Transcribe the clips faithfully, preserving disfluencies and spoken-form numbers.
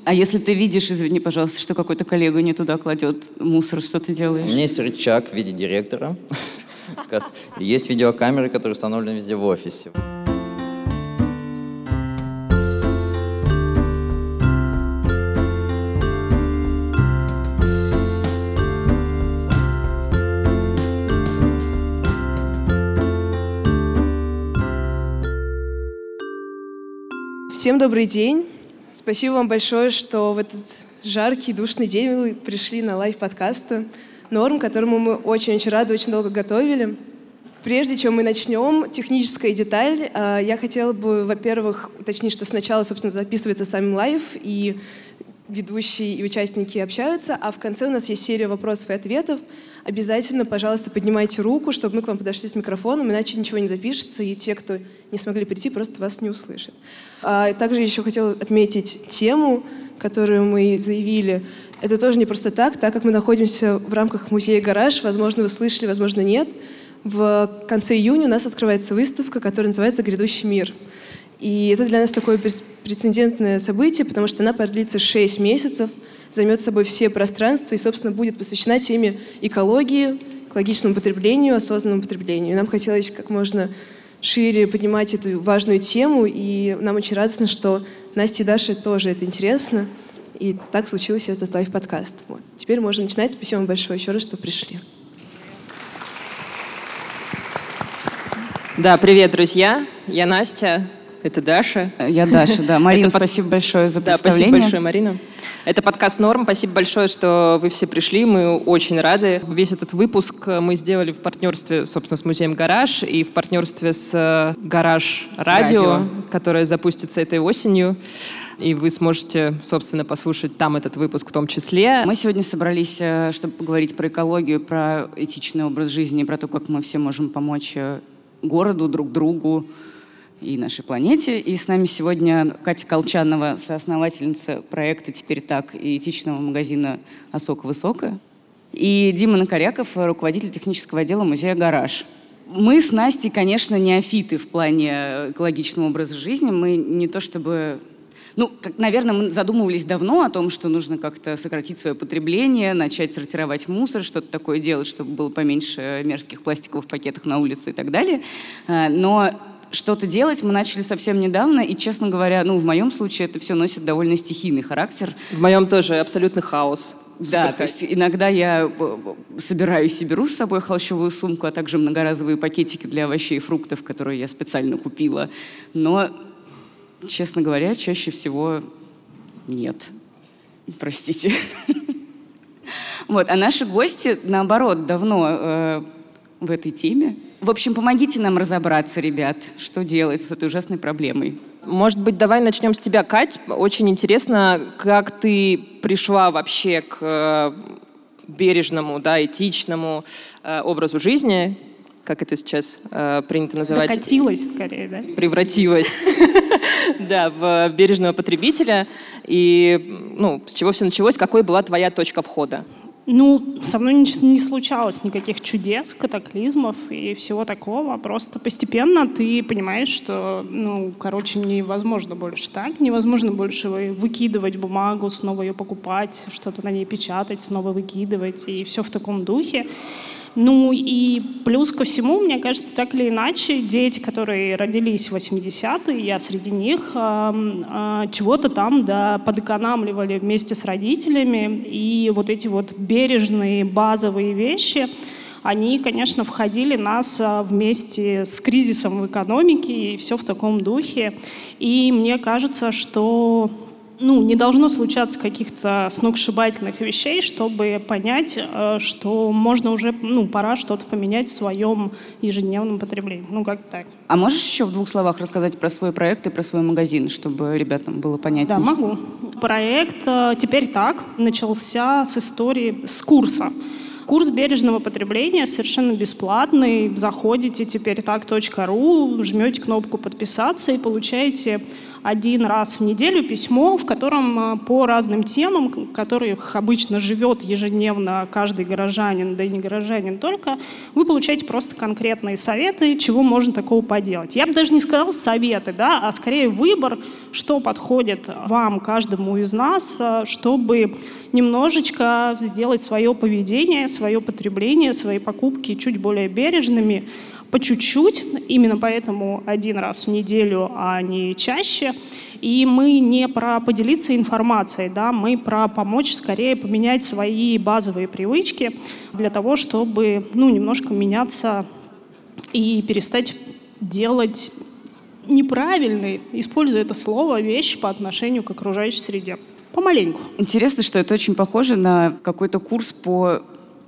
А если ты видишь, извини, пожалуйста, что какой-то коллега не туда кладет мусор, что ты делаешь? У меня есть рычаг в виде директора. Есть видеокамеры, которые установлены везде в офисе. Всем добрый день. Спасибо вам большое, что в этот жаркий, душный день вы пришли на лайв-подкаст «Норм», к которому мы очень-очень рады, очень долго готовили. Прежде чем мы начнем, техническая деталь. Я хотела бы, во-первых, уточнить, что сначала, собственно, записывается сам лайв, и ведущие и участники общаются, а в конце у нас есть серия вопросов и ответов. Обязательно, пожалуйста, поднимайте руку, чтобы мы к вам подошли с микрофоном, иначе ничего не запишется, и те, кто не смогли прийти, просто вас не услышат. А также еще хотела отметить тему, которую мы заявили. Это тоже не просто так, так как мы находимся в рамках музея «Гараж», возможно, вы слышали, возможно, нет. В конце июня у нас открывается выставка, которая называется «Грядущий мир». И это для нас такое беспрецедентное событие, потому что она продлится шесть месяцев, займет собой все пространства и, собственно, будет посвящена теме экологии, экологичному потреблению, осознанному потреблению. И нам хотелось как можно шире поднимать эту важную тему, и нам очень радостно, что Насте и Даше тоже это интересно. И так случился этот лайв-подкаст. Вот. Теперь можно начинать. Спасибо вам большое еще раз, что пришли. Да, привет, друзья. Я Настя. Это Даша. Я Даша, да. Марина, это спасибо под... большое за представление. Да, спасибо большое, Марина. Это подкаст «Норм». Спасибо большое, что вы все пришли. Мы очень рады. Весь этот выпуск мы сделали в партнерстве, собственно, с музеем «Гараж» и в партнерстве с «Гараж Радио», Радио. которое запустится этой осенью. И вы сможете, собственно, послушать там этот выпуск в том числе. Мы сегодня собрались, чтобы поговорить про экологию, про этичный образ жизни, про то, как мы все можем помочь городу, друг другу и нашей планете. И с нами сегодня Катя Колчанова, соосновательница проекта «Теперь так» и этичного магазина «Осока Высокая». И Дима Накоряков, руководитель технического отдела музея «Гараж». Мы с Настей, конечно, неофиты в плане экологичного образа жизни. Мы не то чтобы... Ну, как, наверное, мы задумывались давно о том, что нужно как-то сократить свое потребление, начать сортировать мусор, что-то такое делать, чтобы было поменьше мерзких пластиковых пакетов на улице и так далее. Но что-то делать мы начали совсем недавно, и, честно говоря, ну, в моем случае это все носит довольно стихийный характер. В моем тоже абсолютный хаос. Да, то есть иногда я собираюсь и беру с собой холщовую сумку, а также многоразовые пакетики для овощей и фруктов, которые я специально купила. Но, честно говоря, чаще всего нет. Простите. Вот, а наши гости, наоборот, давно э, в этой теме. В общем, помогите нам разобраться, ребят, что делать с этой ужасной проблемой. Может быть, давай начнем с тебя, Кать. Очень интересно, как ты пришла вообще к бережному, да, этичному э, образу жизни, как это сейчас э, принято называть. Докатилась скорее, да? Превратилась, да, в бережного потребителя. И, ну, с чего все началось? Какой была твоя точка входа? Ну, со мной не случалось никаких чудес, катаклизмов и всего такого. Просто постепенно ты понимаешь, что, ну, короче, невозможно больше так. Невозможно больше выкидывать бумагу, снова ее покупать, что-то на ней печатать, снова выкидывать. И все в таком духе. Ну и плюс ко всему, мне кажется, так или иначе, дети, которые родились в восьмидесятые, я среди них, э, э, чего-то там, да, подэкономливали вместе с родителями. И вот эти вот бережные базовые вещи, они, конечно, входили нас вместе с кризисом в экономике, и все в таком духе. И мне кажется, что... Ну, не должно случаться каких-то сногсшибательных вещей, чтобы понять, что можно уже, ну, пора что-то поменять в своем ежедневном потреблении. Ну, как так. А можешь еще в двух словах рассказать про свой проект и про свой магазин, чтобы ребятам было понятнее? Да, могу. Проект «Теперь так» начался с истории, с курса. Курс бережного потребления совершенно бесплатный. Заходите теперь так точка ру, жмете кнопку «Подписаться» и получаете один раз в неделю письмо, в котором по разным темам, которых обычно живет ежедневно каждый горожанин, да и не горожанин только, вы получаете просто конкретные советы, чего можно такого поделать. Я бы даже не сказала советы, да, а скорее выбор, что подходит вам, каждому из нас, чтобы немножечко сделать свое поведение, свое потребление, свои покупки чуть более бережными, по чуть-чуть, именно поэтому один раз в неделю, а не чаще. И мы не про поделиться информацией, да, мы про помочь скорее поменять свои базовые привычки для того, чтобы ну, немножко меняться и перестать делать неправильные, используя это слово, вещи по отношению к окружающей среде. Помаленьку. Интересно, что это очень похоже на какой-то курс по,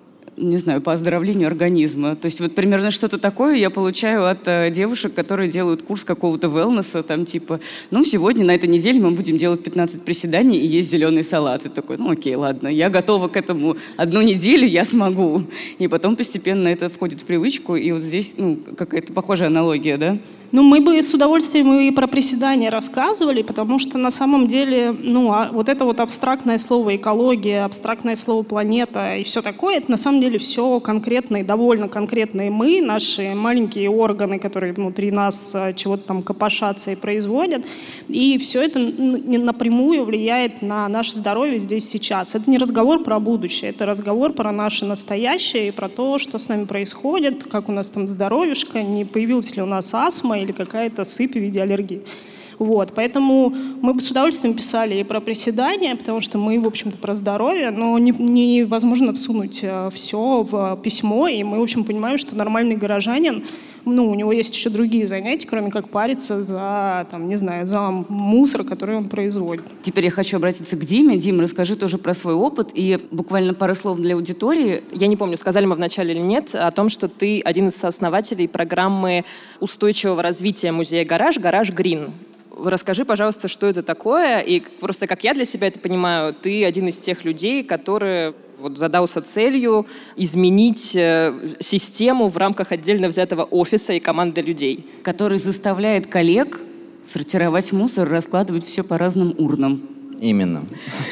не знаю, по оздоровлению организма. То есть вот примерно что-то такое я получаю от э, девушек, которые делают курс какого-то wellness, там типа, ну, сегодня на этой неделе мы будем делать пятнадцать приседаний и есть зеленый салат. И такой, ну, окей, ладно, я готова к этому одну неделю, я смогу. И потом постепенно это входит в привычку, и вот здесь, ну, какая-то похожая аналогия, да? Ну, мы бы с удовольствием и про приседания рассказывали, потому что на самом деле, ну, а вот это вот абстрактное слово экология, абстрактное слово планета и все такое, это на самом деле все конкретные, довольно конкретные мы, наши маленькие органы, которые внутри нас чего-то там копошатся и производят, и все это напрямую влияет на наше здоровье здесь сейчас. Это не разговор про будущее, это разговор про наше настоящее и про то, что с нами происходит, как у нас там здоровьишко, не появилась ли у нас астма или какая-то сыпь в виде аллергии. Вот. Поэтому мы бы с удовольствием писали и про приседания, потому что мы, в общем-то, про здоровье, но не, невозможно всунуть все в письмо, и мы, в общем, понимаем, что нормальный горожанин, ну, у него есть еще другие занятия, кроме как париться за, там, не знаю, за мусор, который он производит. Теперь я хочу обратиться к Диме. Дим, расскажи тоже про свой опыт и буквально пару слов для аудитории. Я не помню, сказали мы вначале или нет, о том, что ты один из сооснователей программы устойчивого развития музея «Гараж», «Гараж Грин». Расскажи, пожалуйста, что это такое, и просто как я для себя это понимаю, ты один из тех людей, которые вот задался целью изменить э, систему в рамках отдельно взятого офиса и команды людей. Который заставляет коллег сортировать мусор, раскладывать все по разным урнам. Именно.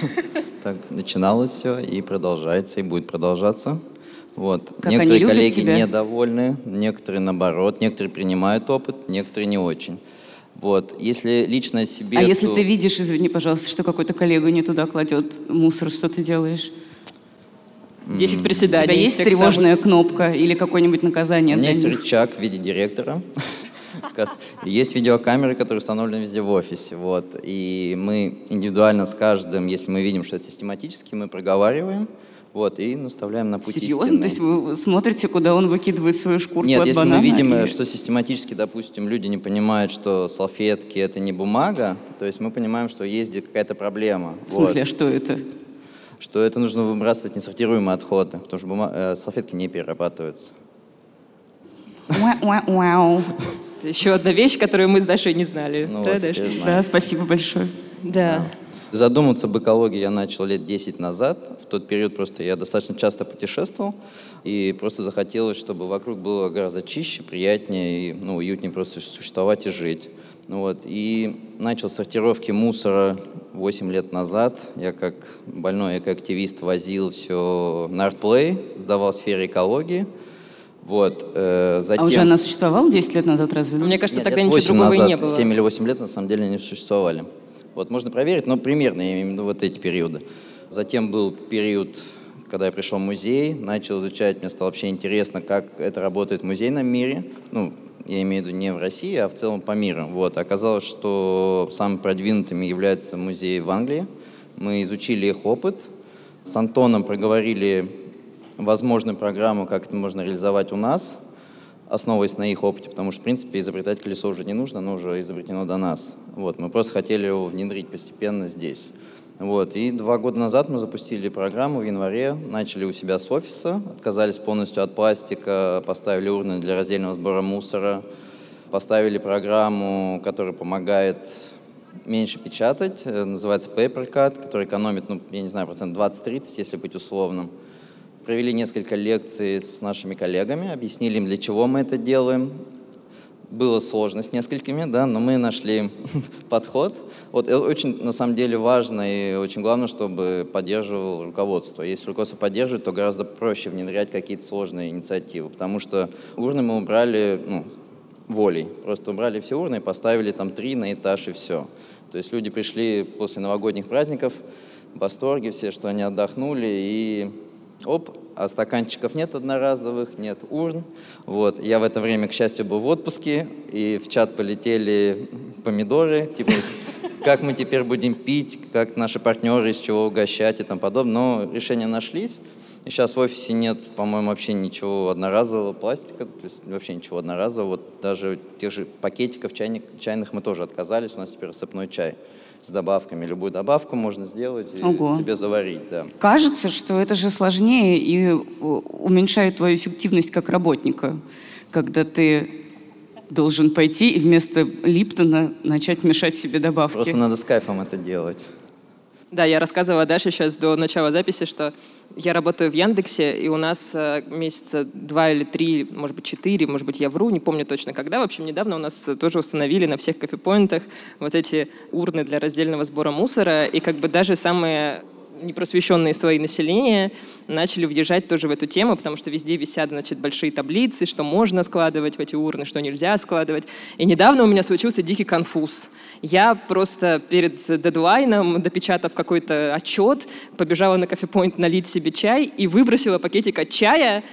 Так начиналось все и продолжается, и будет продолжаться. Вот. Как некоторые они любят коллеги тебя. недовольны, некоторые наоборот, некоторые принимают опыт, некоторые не очень. Вот. Если лично себе... А если то... ты видишь, извини, пожалуйста, что какой-то коллега не туда кладет мусор, что ты делаешь? десять приседаний. У тебя есть тревожная самых... кнопка или какое-нибудь наказание? У меня есть них? рычаг в виде директора. Есть видеокамеры, которые установлены везде в офисе. Вот. И мы индивидуально с каждым, если мы видим, что это систематически, мы проговариваем. Вот, и наставляем на путь Серьезно? истины. То есть вы смотрите, куда он выкидывает свою шкурку Нет, от если банана? мы видим, и... что систематически, допустим, люди не понимают, что салфетки — это не бумага, то есть мы понимаем, что есть какая-то проблема. В смысле, вот. а что это? Что это нужно выбрасывать несортируемые отходы, потому что бума... э, салфетки не перерабатываются. Уау. Еще одна вещь, которую мы с Дашей не знали. Ну да, вот, Даша? Да, спасибо большое. Да. Задуматься об экологии я начал лет десять назад. В тот период просто я достаточно часто путешествовал, и просто захотелось, чтобы вокруг было гораздо чище, приятнее и ну, уютнее просто существовать и жить. Ну, вот. И начал с сортировки мусора восемь лет назад. Я как больной экоактивист возил все на ArtPlay, сдавал в сфере экологии. Вот, э, затем... А уже она существовала десять лет назад, разве? Мне кажется, Нет, тогда лет ничего другого назад, и не было. семь или восемь лет на самом деле не существовали. Вот, можно проверить, но примерно я имею в виду вот эти периоды. Затем был период, когда я пришел в музей, начал изучать, мне стало вообще интересно, как это работает в музейном мире. Ну, я имею в виду не в России, а в целом по миру. Вот, оказалось, что самыми продвинутыми являются музеи в Англии. Мы изучили их опыт. С Антоном проговорили возможную программу, как это можно реализовать у нас, основываясь на их опыте, потому что, в принципе, изобретать колесо уже не нужно, оно уже изобретено до нас. Вот, мы просто хотели его внедрить постепенно здесь. Вот, и два года назад мы запустили программу в январе, начали у себя с офиса, отказались полностью от пластика, поставили урны для раздельного сбора мусора, поставили программу, которая помогает меньше печатать, называется PaperCut, которая экономит, ну, я не знаю, процент двадцать-тридцать, если быть условным. Провели несколько лекций с нашими коллегами, объяснили им, для чего мы это делаем. было сложно с несколькими, да, но мы нашли подход. Вот это очень, на самом деле, важно и очень главное, чтобы поддерживал руководство. Если руководство поддерживает, то гораздо проще внедрять какие-то сложные инициативы, потому что урны мы убрали, ну, волей. Просто убрали все урны и поставили там три на этаж и все. То есть люди пришли после новогодних праздников в восторге все, что они отдохнули, и оп, а стаканчиков нет одноразовых, нет урн. Вот. Я в это время, к счастью, был в отпуске, и в чат полетели помидоры, типа, как мы теперь будем пить, как наши партнеры, из чего угощать и тому подобное. Но решения нашлись. И сейчас в офисе нет, по-моему, вообще ничего одноразового пластика, то есть вообще ничего одноразового. Вот даже тех же пакетиков чайник, чайных мы тоже отказались, у нас теперь рассыпной чай с добавками. Любую добавку можно сделать и Ого. себе заварить. Да. Кажется, что это же сложнее и уменьшает твою эффективность как работника, когда ты должен пойти и вместо Липтона начать мешать себе добавки. Просто надо с кайфом это делать. Да, я рассказывала Даше сейчас до начала записи, что я работаю в Яндексе, и у нас э, месяца два или три, может быть, четыре, может быть, я вру, не помню точно когда. В общем, недавно у нас тоже установили на всех кофепоинтах вот эти урны для раздельного сбора мусора, и как бы даже самые непросвещенные слои населения начали въезжать тоже в эту тему, потому что везде висят, значит, большие таблицы, что можно складывать в эти урны, что нельзя складывать. И недавно у меня случился дикий конфуз. Я просто перед дедлайном, допечатав какой-то отчет, побежала на кофепоинт налить себе чай и выбросила пакетик от чая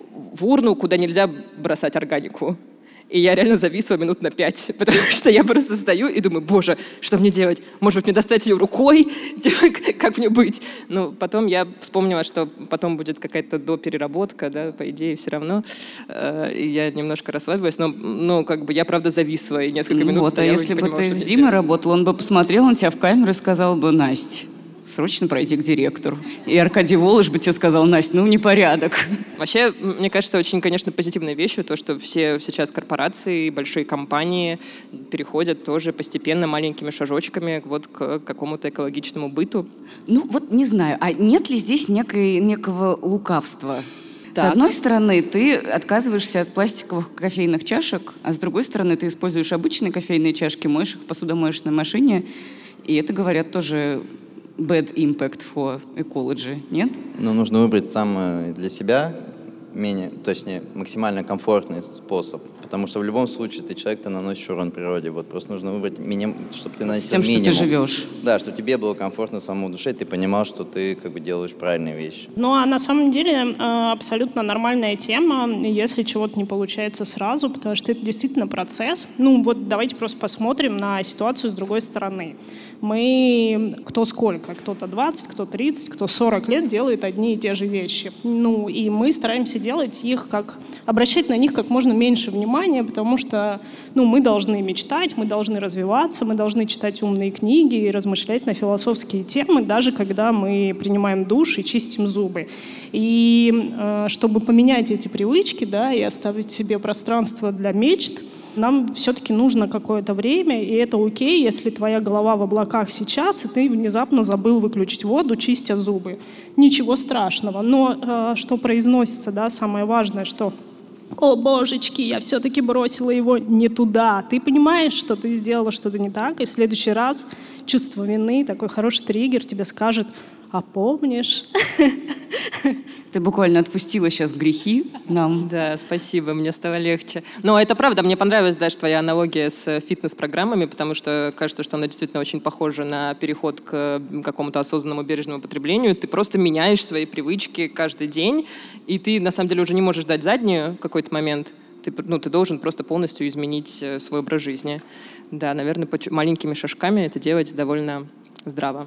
в урну, куда нельзя бросать органику. И я реально зависла минут на пять, потому что я просто стою и думаю, боже, что мне делать? Может быть, мне достать ее рукой? Как мне быть? Ну, потом я вспомнила, что потом будет какая-то допереработка, да, по идее, все равно. И я немножко расслабилась, но, но как бы я, правда, зависла, и несколько минут Вот, стояла, а если и бы понимала, ты что с мне Димой делать. работал, он бы посмотрел на тебя в камеру и сказал бы, Насть, срочно пройти к директору. И Аркадий Волош бы тебе сказал, Насть, ну, непорядок. Вообще, мне кажется, очень, конечно, позитивной вещью то, что все сейчас корпорации, большие компании переходят тоже постепенно маленькими шажочками вот к какому-то экологичному быту. Ну, вот не знаю, а нет ли здесь некой, некого лукавства? С Так. одной стороны, ты отказываешься от пластиковых кофейных чашек, а с другой стороны, ты используешь обычные кофейные чашки, моешь их в посудомоечной машине, и это, говорят, тоже bad impact for ecology, нет? Но нужно выбрать самый для себя менее, точнее, максимально комфортный способ. Потому что в любом случае ты человек, ты наносишь урон природе. Вот просто нужно выбрать минимум, чтобы ты наносил С тем, что минимум. ты живешь. Да, чтобы тебе было комфортно самому душе, и ты понимал, что ты как бы делаешь правильные вещи. Ну, а на самом деле э, абсолютно нормальная тема, если чего-то не получается сразу, потому что это действительно процесс. Ну, вот давайте просто посмотрим на ситуацию с другой стороны. Мы кто сколько, кто-то двадцать, кто тридцать, кто сорок лет делает одни и те же вещи. Ну, и мы стараемся делать их как, обращать на них как можно меньше внимания, потому что, ну, мы должны мечтать, мы должны развиваться, мы должны читать умные книги и размышлять на философские темы, даже когда мы принимаем душ и чистим зубы. И э, чтобы поменять эти привычки, да, и оставить себе пространство для мечт, нам все-таки нужно какое-то время, и это окей, если твоя голова в облаках сейчас, и ты внезапно забыл выключить воду, чистя зубы. Ничего страшного. Но э, что произносится, да, самое важное, что «О, божечки, я все-таки бросила его не туда». Ты понимаешь, что ты сделала что-то не так, и в следующий раз чувство вины, такой хороший триггер тебе скажет «А помнишь?» Ты буквально отпустила сейчас грехи нам. Да, спасибо, мне стало легче. Но это правда, мне понравилась, Даш, твоя аналогия с фитнес-программами, потому что кажется, что она действительно очень похожа на переход к какому-то осознанному бережному потреблению. Ты просто меняешь свои привычки каждый день, и ты на самом деле уже не можешь дать заднюю в какой-то момент. Ты, ну, ты должен просто полностью изменить свой образ жизни. Да, наверное, по чу- маленькими шажками это делать довольно здраво.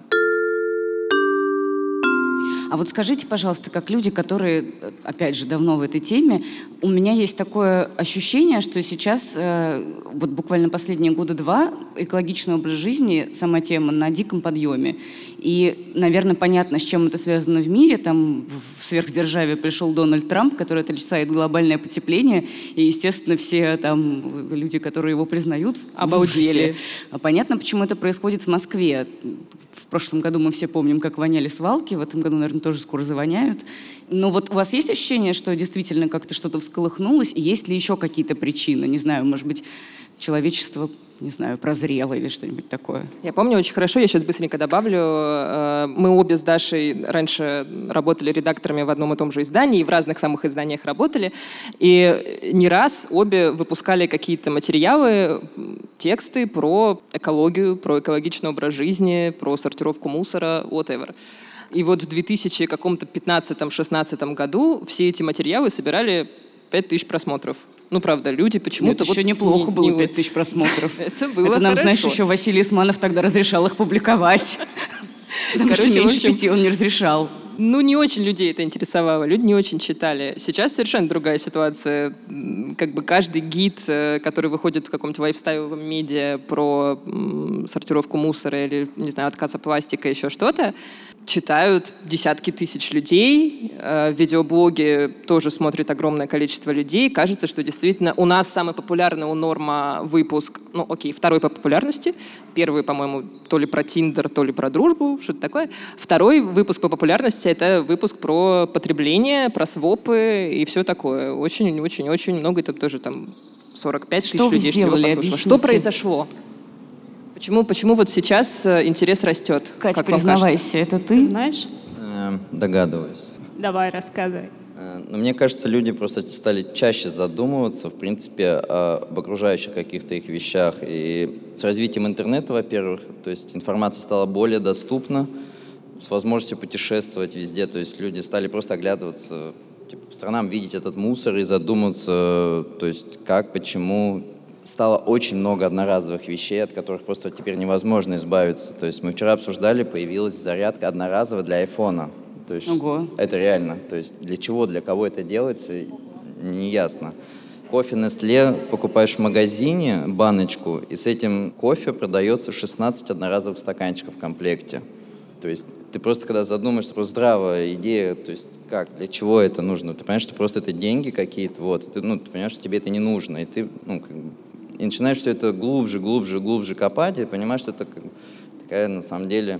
А вот скажите, пожалуйста, как люди, которые, опять же, давно в этой теме, у меня есть такое ощущение, что сейчас, э, вот буквально последние года два, экологичный образ жизни, сама тема на диком подъеме. И, наверное, понятно, с чем это связано в мире. Там в сверхдержаве пришел Дональд Трамп, который отрицает глобальное потепление, и, естественно, все там люди, которые его признают, обалдели. А понятно, почему это происходит в Москве. В прошлом году мы все помним, как воняли свалки, в этом году, наверное, которым тоже скоро завоняют. Но вот у вас есть ощущение, что действительно как-то что-то всколыхнулось? И есть ли еще какие-то причины? Не знаю, может быть, человечество, не знаю, прозрело или что-нибудь такое? Я помню очень хорошо, я сейчас быстренько добавлю. Мы обе с Дашей раньше работали редакторами в одном и том же издании, и в разных самых изданиях работали. И не раз обе выпускали какие-то материалы, тексты про экологию, про экологичный образ жизни, про сортировку мусора, whatever. И вот в две тысячи пятнадцатом-шестнадцатом году все эти материалы собирали пять тысяч просмотров. Ну, правда, люди почему-то... Это вот еще неплохо не, было, не, пять тысяч просмотров. Это было Это нам, хорошо. знаешь, еще Василий Исманов тогда разрешал их публиковать. Потому что меньше пяти он не разрешал. Ну, не очень людей это интересовало, люди не очень читали. Сейчас совершенно другая ситуация. Как бы каждый гид, который выходит в каком-нибудь лайфстайловом медиа про сортировку мусора или, не знаю, отказ от пластика, еще что-то, читают десятки тысяч людей. Видеоблоги тоже смотрит огромное количество людей. Кажется, что действительно у нас самый популярный у Норма выпуск, ну, окей, второй по популярности. Первый, по-моему, то ли про Тиндер, то ли про дружбу, что-то такое. Второй выпуск по популярности — это выпуск про потребление, про свопы и все такое. Очень-очень-очень много. Это тоже там сорок пять тысяч людей, что его послушало. Что произошло? Почему, почему вот сейчас интерес растет? Катя, признавайся, это ты? Ты знаешь? Э, Догадываюсь. Давай, рассказывай. Э, Но мне кажется, люди просто стали чаще задумываться, в принципе, об окружающих каких-то их вещах. И с развитием интернета, во-первых, то есть информация стала более доступна, с возможностью путешествовать везде. То есть люди стали просто оглядываться типа, по сторонам, видеть этот мусор и задумываться, то есть как, почему. Стало очень много одноразовых вещей, от которых просто теперь невозможно избавиться. То есть мы вчера обсуждали, появилась зарядка одноразовая для айфона. То есть Ого. это реально. То есть для чего, для кого это делается, не ясно. Кофе Nestlé покупаешь в магазине, баночку, и с этим кофе продается шестнадцать одноразовых стаканчиков в комплекте. То есть ты просто, когда задумаешься, просто здравая идея, то есть как, для чего это нужно? Ты понимаешь, что просто это деньги какие-то, вот, и ты, ну, ты понимаешь, что тебе это не нужно, и ты, ну, как бы, и начинаешь все это глубже, глубже, глубже копать, и понимаешь, что это как, такая, на самом деле,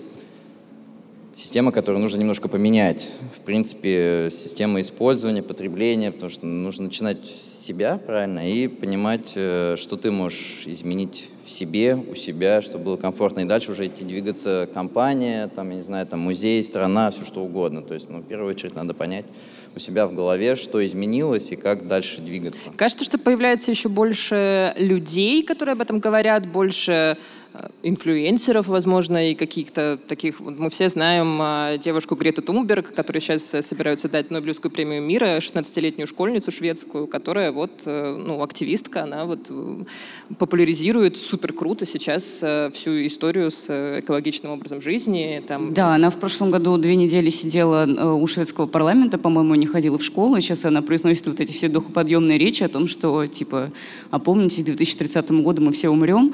система, которую нужно немножко поменять. В принципе, система использования, потребления, потому что нужно начинать с себя, правильно, и понимать, что ты можешь изменить в себе, у себя, чтобы было комфортно, и дальше уже идти двигаться компания, там, я не знаю, там, музей, страна, все что угодно. То есть, ну, в первую очередь надо понять у себя в голове, что изменилось и как дальше двигаться. Кажется, что появляется еще больше людей, которые об этом говорят, больше инфлюенсеров, возможно, и каких-то таких... Мы все знаем девушку Грету Тунберг, которой сейчас собираются дать Нобелевскую премию мира, шестнадцатилетнюю школьницу шведскую, которая вот, ну, активистка, она вот популяризирует супер круто сейчас всю историю с экологичным образом жизни. Там... Да, она в прошлом году две недели сидела у шведского парламента, по-моему, не ходила в школу, и сейчас она произносит вот эти все духоподъемные речи о том, что, типа, опомнитесь, к две тысячи тридцатому году мы все умрем,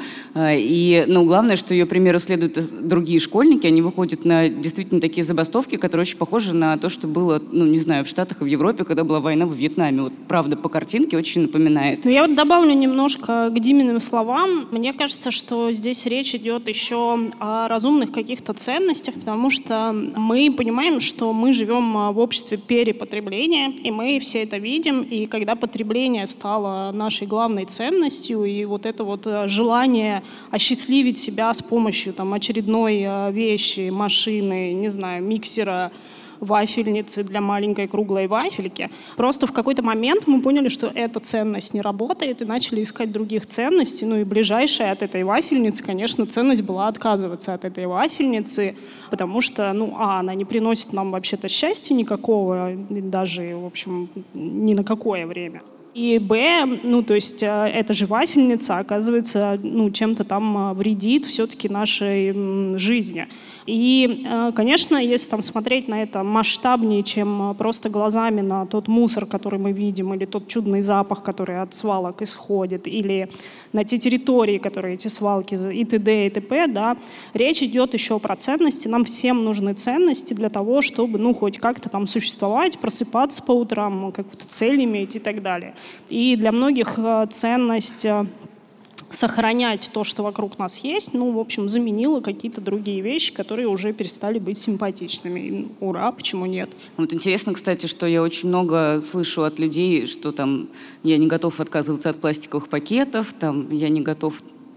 и но главное, что ее примеру следуют другие школьники, они выходят на действительно такие забастовки, которые очень похожи на то, что было, ну, не знаю, в Штатах и в Европе, когда была война в Вьетнаме. Вот, правда, по картинке очень напоминает. Ну, я вот добавлю немножко к Диминым словам. Мне кажется, что здесь речь идет еще о разумных каких-то ценностях, потому что мы понимаем, что мы живем в обществе перепотребления, и мы все это видим, и когда потребление стало нашей главной ценностью, и вот это вот желание осчастливить себя с помощью там, очередной вещи, машины, не знаю, миксера, вафельницы для маленькой круглой вафельки. Просто в какой-то момент мы поняли, что эта ценность не работает, и начали искать других ценностей. Ну и ближайшая от этой вафельницы, конечно, ценность была отказываться от этой вафельницы, потому что, ну, а, она не приносит нам вообще-то счастья никакого, даже, в общем, ни на какое время. И Б, ну, то есть эта же вафельница, оказывается, ну, чем-то там вредит все-таки нашей жизни. И, конечно, если там смотреть на это масштабнее, чем просто глазами на тот мусор, который мы видим, или тот чудный запах, который от свалок исходит, или на те территории, которые эти свалки и т.д. и т.п., да, речь идет еще про ценности. Нам всем нужны ценности для того, чтобы, ну, хоть как-то там существовать, просыпаться по утрам, какую-то цель иметь и так далее. И для многих ценность сохранять то, что вокруг нас есть, ну, в общем, заменило какие-то другие вещи, которые уже перестали быть симпатичными. И, ура, почему нет? Вот интересно, кстати, что я очень много слышу от людей, что там я не готов отказываться от пластиковых пакетов, там я не готов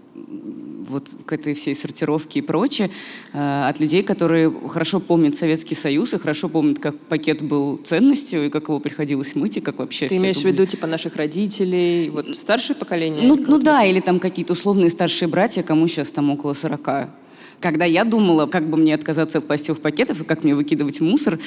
вот к этой всей сортировке и прочее, э, от людей, которые хорошо помнят Советский Союз и хорошо помнят, как пакет был ценностью и как его приходилось мыть, и как вообще Ты все имеешь это в виду, были. типа, наших родителей, вот старшее поколение? Ну, или ну кого-то да, еще? или там какие-то условные старшие братья, кому сейчас там около сорока. Когда я думала, как бы мне отказаться от пластиковых пакетов и как мне выкидывать мусор,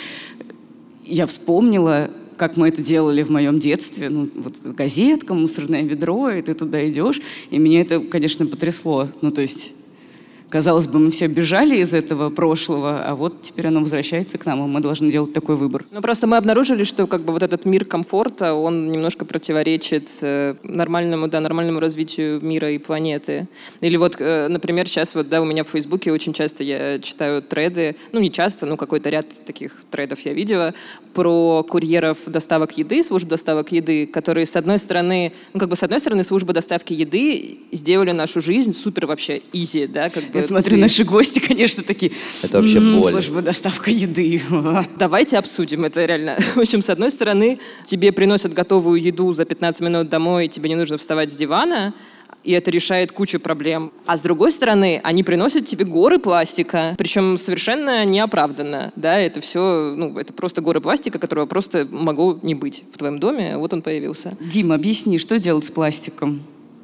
я вспомнила, как мы это делали в моем детстве. Ну, вот газетка, мусорное ведро, и ты туда идешь. И меня это, конечно, потрясло. Ну, то есть, казалось бы, мы все бежали из этого прошлого, а вот теперь оно возвращается к нам, и мы должны делать такой выбор. Ну, просто мы обнаружили, что как бы вот этот мир комфорта, он немножко противоречит э, нормальному, да, нормальному развитию мира и планеты. Или вот, э, например, сейчас вот, да, у меня в Фейсбуке очень часто я читаю треды, ну, не часто, но какой-то ряд таких тредов я видела, про курьеров доставок еды, служб доставок еды, которые, с одной стороны, ну, как бы, с одной стороны, службы доставки еды сделали нашу жизнь супер вообще изи, да, как бы. Я смотрю, ты- наши гости, конечно, такие... Это вообще «М, боль». Служба доставка еды. Давайте обсудим это реально. В общем, с одной стороны, тебе приносят готовую еду за пятнадцать минут домой, и тебе не нужно вставать с дивана, и это решает кучу проблем. А с другой стороны, они приносят тебе горы пластика, причем совершенно неоправданно. Да, это все, ну, это просто горы пластика, которого просто могло не быть в твоем доме, вот он появился. Дим, объясни, что делать с пластиком?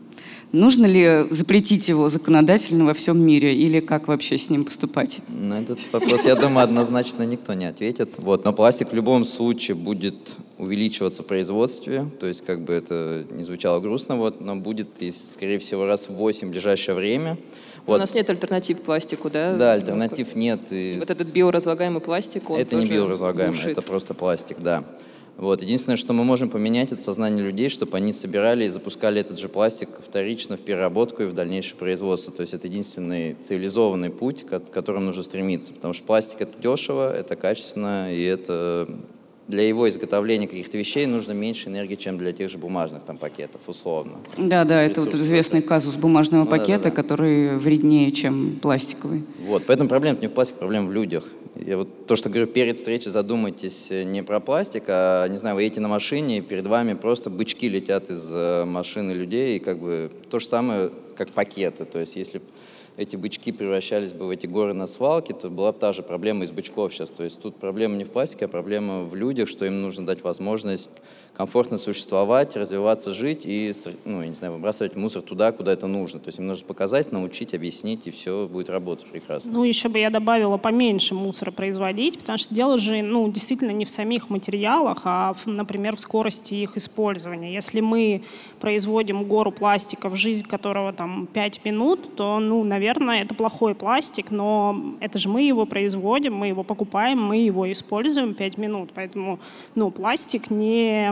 Нужно ли запретить его законодательно во всем мире или как вообще с ним поступать? На этот вопрос, я думаю, однозначно никто не ответит. Вот. Но пластик в любом случае будет увеличиваться в производстве, то есть как бы это не звучало грустно, вот, но будет, и, скорее всего, раз в восемь в ближайшее время. У Вот. нас нет альтернатив пластику, да? Да, альтернатив нет. И Вот этот биоразлагаемый пластик, он это не тоже биоразлагаемый, глушит. это просто пластик, да. Вот. Единственное, что мы можем поменять, это сознание людей, чтобы они собирали и запускали этот же пластик вторично в переработку и в дальнейшее производство. То есть это единственный цивилизованный путь, к которому нужно стремиться. Потому что пластик — это дешево, это качественно, и это для его изготовления каких-то вещей нужно меньше энергии, чем для тех же бумажных там пакетов, условно. Да, да, это вот Ресурсы известный это. казус бумажного Ну да, пакета, да, да. который вреднее, чем пластиковый. Вот, поэтому проблема не в пластике, проблема в людях. Я вот то, что говорю, перед встречей задумайтесь не про пластик, а, не знаю, вы едете на машине, и перед вами просто бычки летят из э, машины людей, и как бы то же самое, как пакеты. То есть если эти бычки превращались бы в эти горы на свалке, то была бы та же проблема из бычков сейчас. То есть тут проблема не в пластике, а проблема в людях, что им нужно дать возможность комфортно существовать, развиваться, жить и, ну, я не знаю, выбрасывать мусор туда, куда это нужно. То есть им нужно показать, научить, объяснить, и все будет работать прекрасно. Ну, еще бы я добавила поменьше мусора производить, потому что дело же, ну, действительно не в самих материалах, а, в, например, в скорости их использования. Если мы производим гору пластика, в жизнь которого там пять минут, то, ну, наверное, это плохой пластик, но это же мы его производим, мы его покупаем, мы его используем пять минут. Поэтому, ну, пластик не,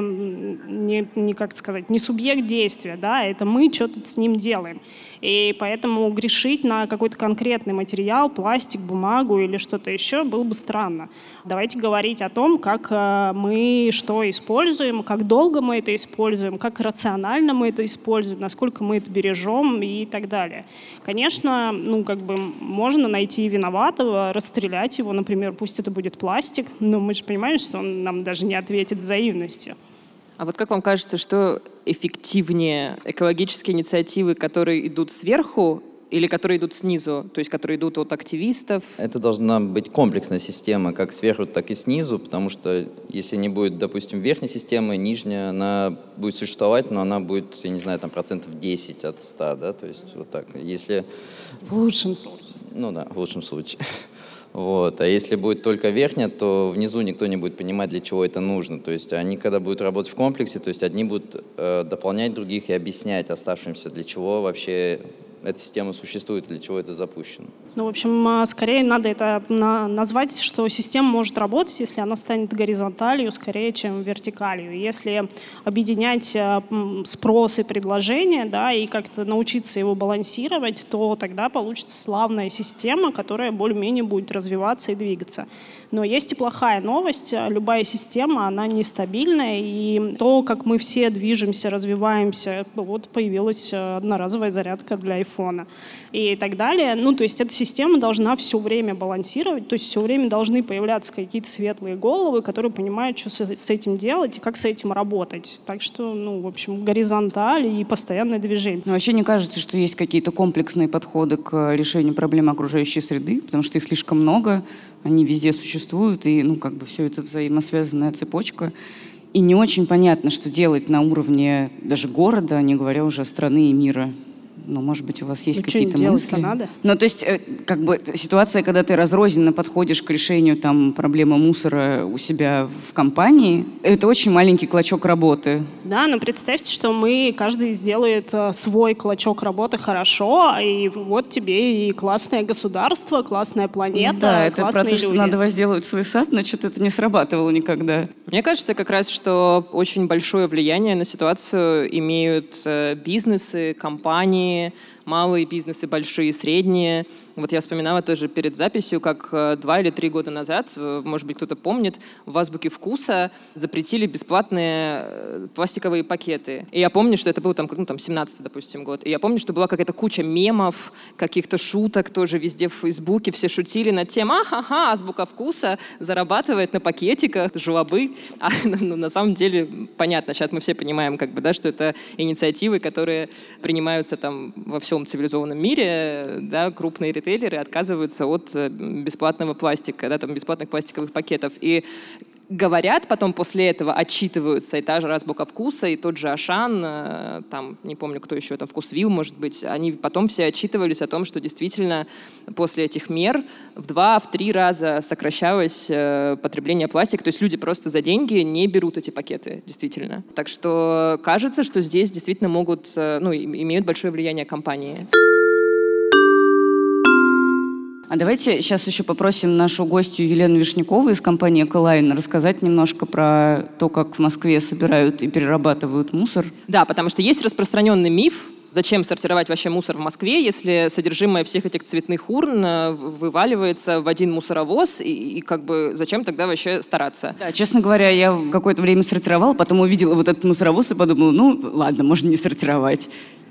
не, не, как сказать, не субъект действия, да, это мы что-то с ним делаем. И поэтому грешить на какой-то конкретный материал, пластик, бумагу или что-то еще было бы странно. Давайте говорить о том, как мы что используем, как долго мы это используем, как рационально мы это используем, насколько мы это бережем и так далее. Конечно, ну, как бы можно найти виноватого, расстрелять его, например, пусть это будет пластик, но мы же понимаем, что он нам даже не ответит взаимностью. А вот как вам кажется, что эффективнее, экологические инициативы, которые идут сверху или которые идут снизу, то есть которые идут от активистов? Это должна быть комплексная система, как сверху, так и снизу, потому что если не будет, допустим, верхней системы, нижняя, она будет существовать, но она будет, я не знаю, там процентов десять от ста, да, то есть вот так. Если... В лучшем случае. Ну да, в лучшем случае. Вот. А если будет только верхняя, то внизу никто не будет понимать, для чего это нужно. То есть они, когда будут работать в комплексе, то есть одни будут э, дополнять других и объяснять оставшимся, для чего вообще эта система существует, для чего это запущено. Ну, в общем, скорее надо это на- назвать, что система может работать, если она станет горизонталью, скорее, чем вертикалью. Если объединять э, м, спрос и предложение, да, и как-то научиться его балансировать, то тогда получится славная система, которая более-менее будет развиваться и двигаться. Но есть и плохая новость. Любая система, она нестабильная, и то, как мы все движемся, развиваемся, вот появилась э, одноразовая зарядка для айфона и так далее. Ну, то есть эта система должна все время балансировать, то есть все время должны появляться какие-то светлые головы, которые понимают, что с, с этим делать и как с этим работать. Так что, ну, в общем, горизонталь и постоянное движение. Но вообще не кажется, что есть какие-то комплексные подходы к решению проблем окружающей среды, потому что их слишком много, они везде существуют, и, ну, как бы все это взаимосвязанная цепочка. И не очень понятно, что делать на уровне даже города, не говоря уже страны и мира. Ну, может быть, у вас есть Ну, какие-то что-нибудь мысли? делать-то надо. Ну, то есть, э, как бы, ситуация, когда ты разрозненно подходишь к решению там проблемы мусора у себя в компании, это очень маленький клочок работы. Да, но представьте, что мы, каждый сделает э, свой клочок работы хорошо, и вот тебе и классное государство, классная планета, Да, это про классные то, что люди. надо возделывать свой сад, но что-то это не срабатывало никогда. Мне кажется как раз, что очень большое влияние на ситуацию имеют э, бизнесы, компании, малые бизнесы, большие, средние. Вот я вспоминала тоже перед записью, как э, два или три года назад, э, может быть, кто-то помнит, в «Азбуке вкуса» запретили бесплатные э, пластиковые пакеты. И я помню, что это был там, ну, там семнадцатый, допустим, год. И я помню, что была какая-то куча мемов, каких-то шуток тоже везде в Фейсбуке. Все шутили над тем, ага, «Азбука вкуса» зарабатывает на пакетиках, жлобы. А ну, на самом деле, понятно, сейчас мы все понимаем, как бы, да, что это инициативы, которые принимаются там во всем цивилизованном мире, да, крупные ритейлеры отказываются от бесплатного пластика, да, там, бесплатных пластиковых пакетов. И говорят потом после этого, отчитываются и та же «Азбука вкуса», и тот же «Ашан», там, не помню, кто еще, там, «Вкусвилл», может быть, они потом все отчитывались о том, что действительно после этих мер в два, в три раза сокращалось потребление пластика, то есть люди просто за деньги не берут эти пакеты, действительно. Так что кажется, что здесь действительно могут, ну, имеют большое влияние компании. А давайте сейчас еще попросим нашу гостью Елену Вишнякову из компании «Эколайн» рассказать немножко про то, как в Москве собирают и перерабатывают мусор. Да, потому что есть распространенный миф, зачем сортировать вообще мусор в Москве, если содержимое всех этих цветных урн вываливается в один мусоровоз, и, и как бы зачем тогда вообще стараться? Да, честно говоря, я какое-то время сортировала, потом увидела вот этот мусоровоз и подумала, ну ладно, можно не сортировать.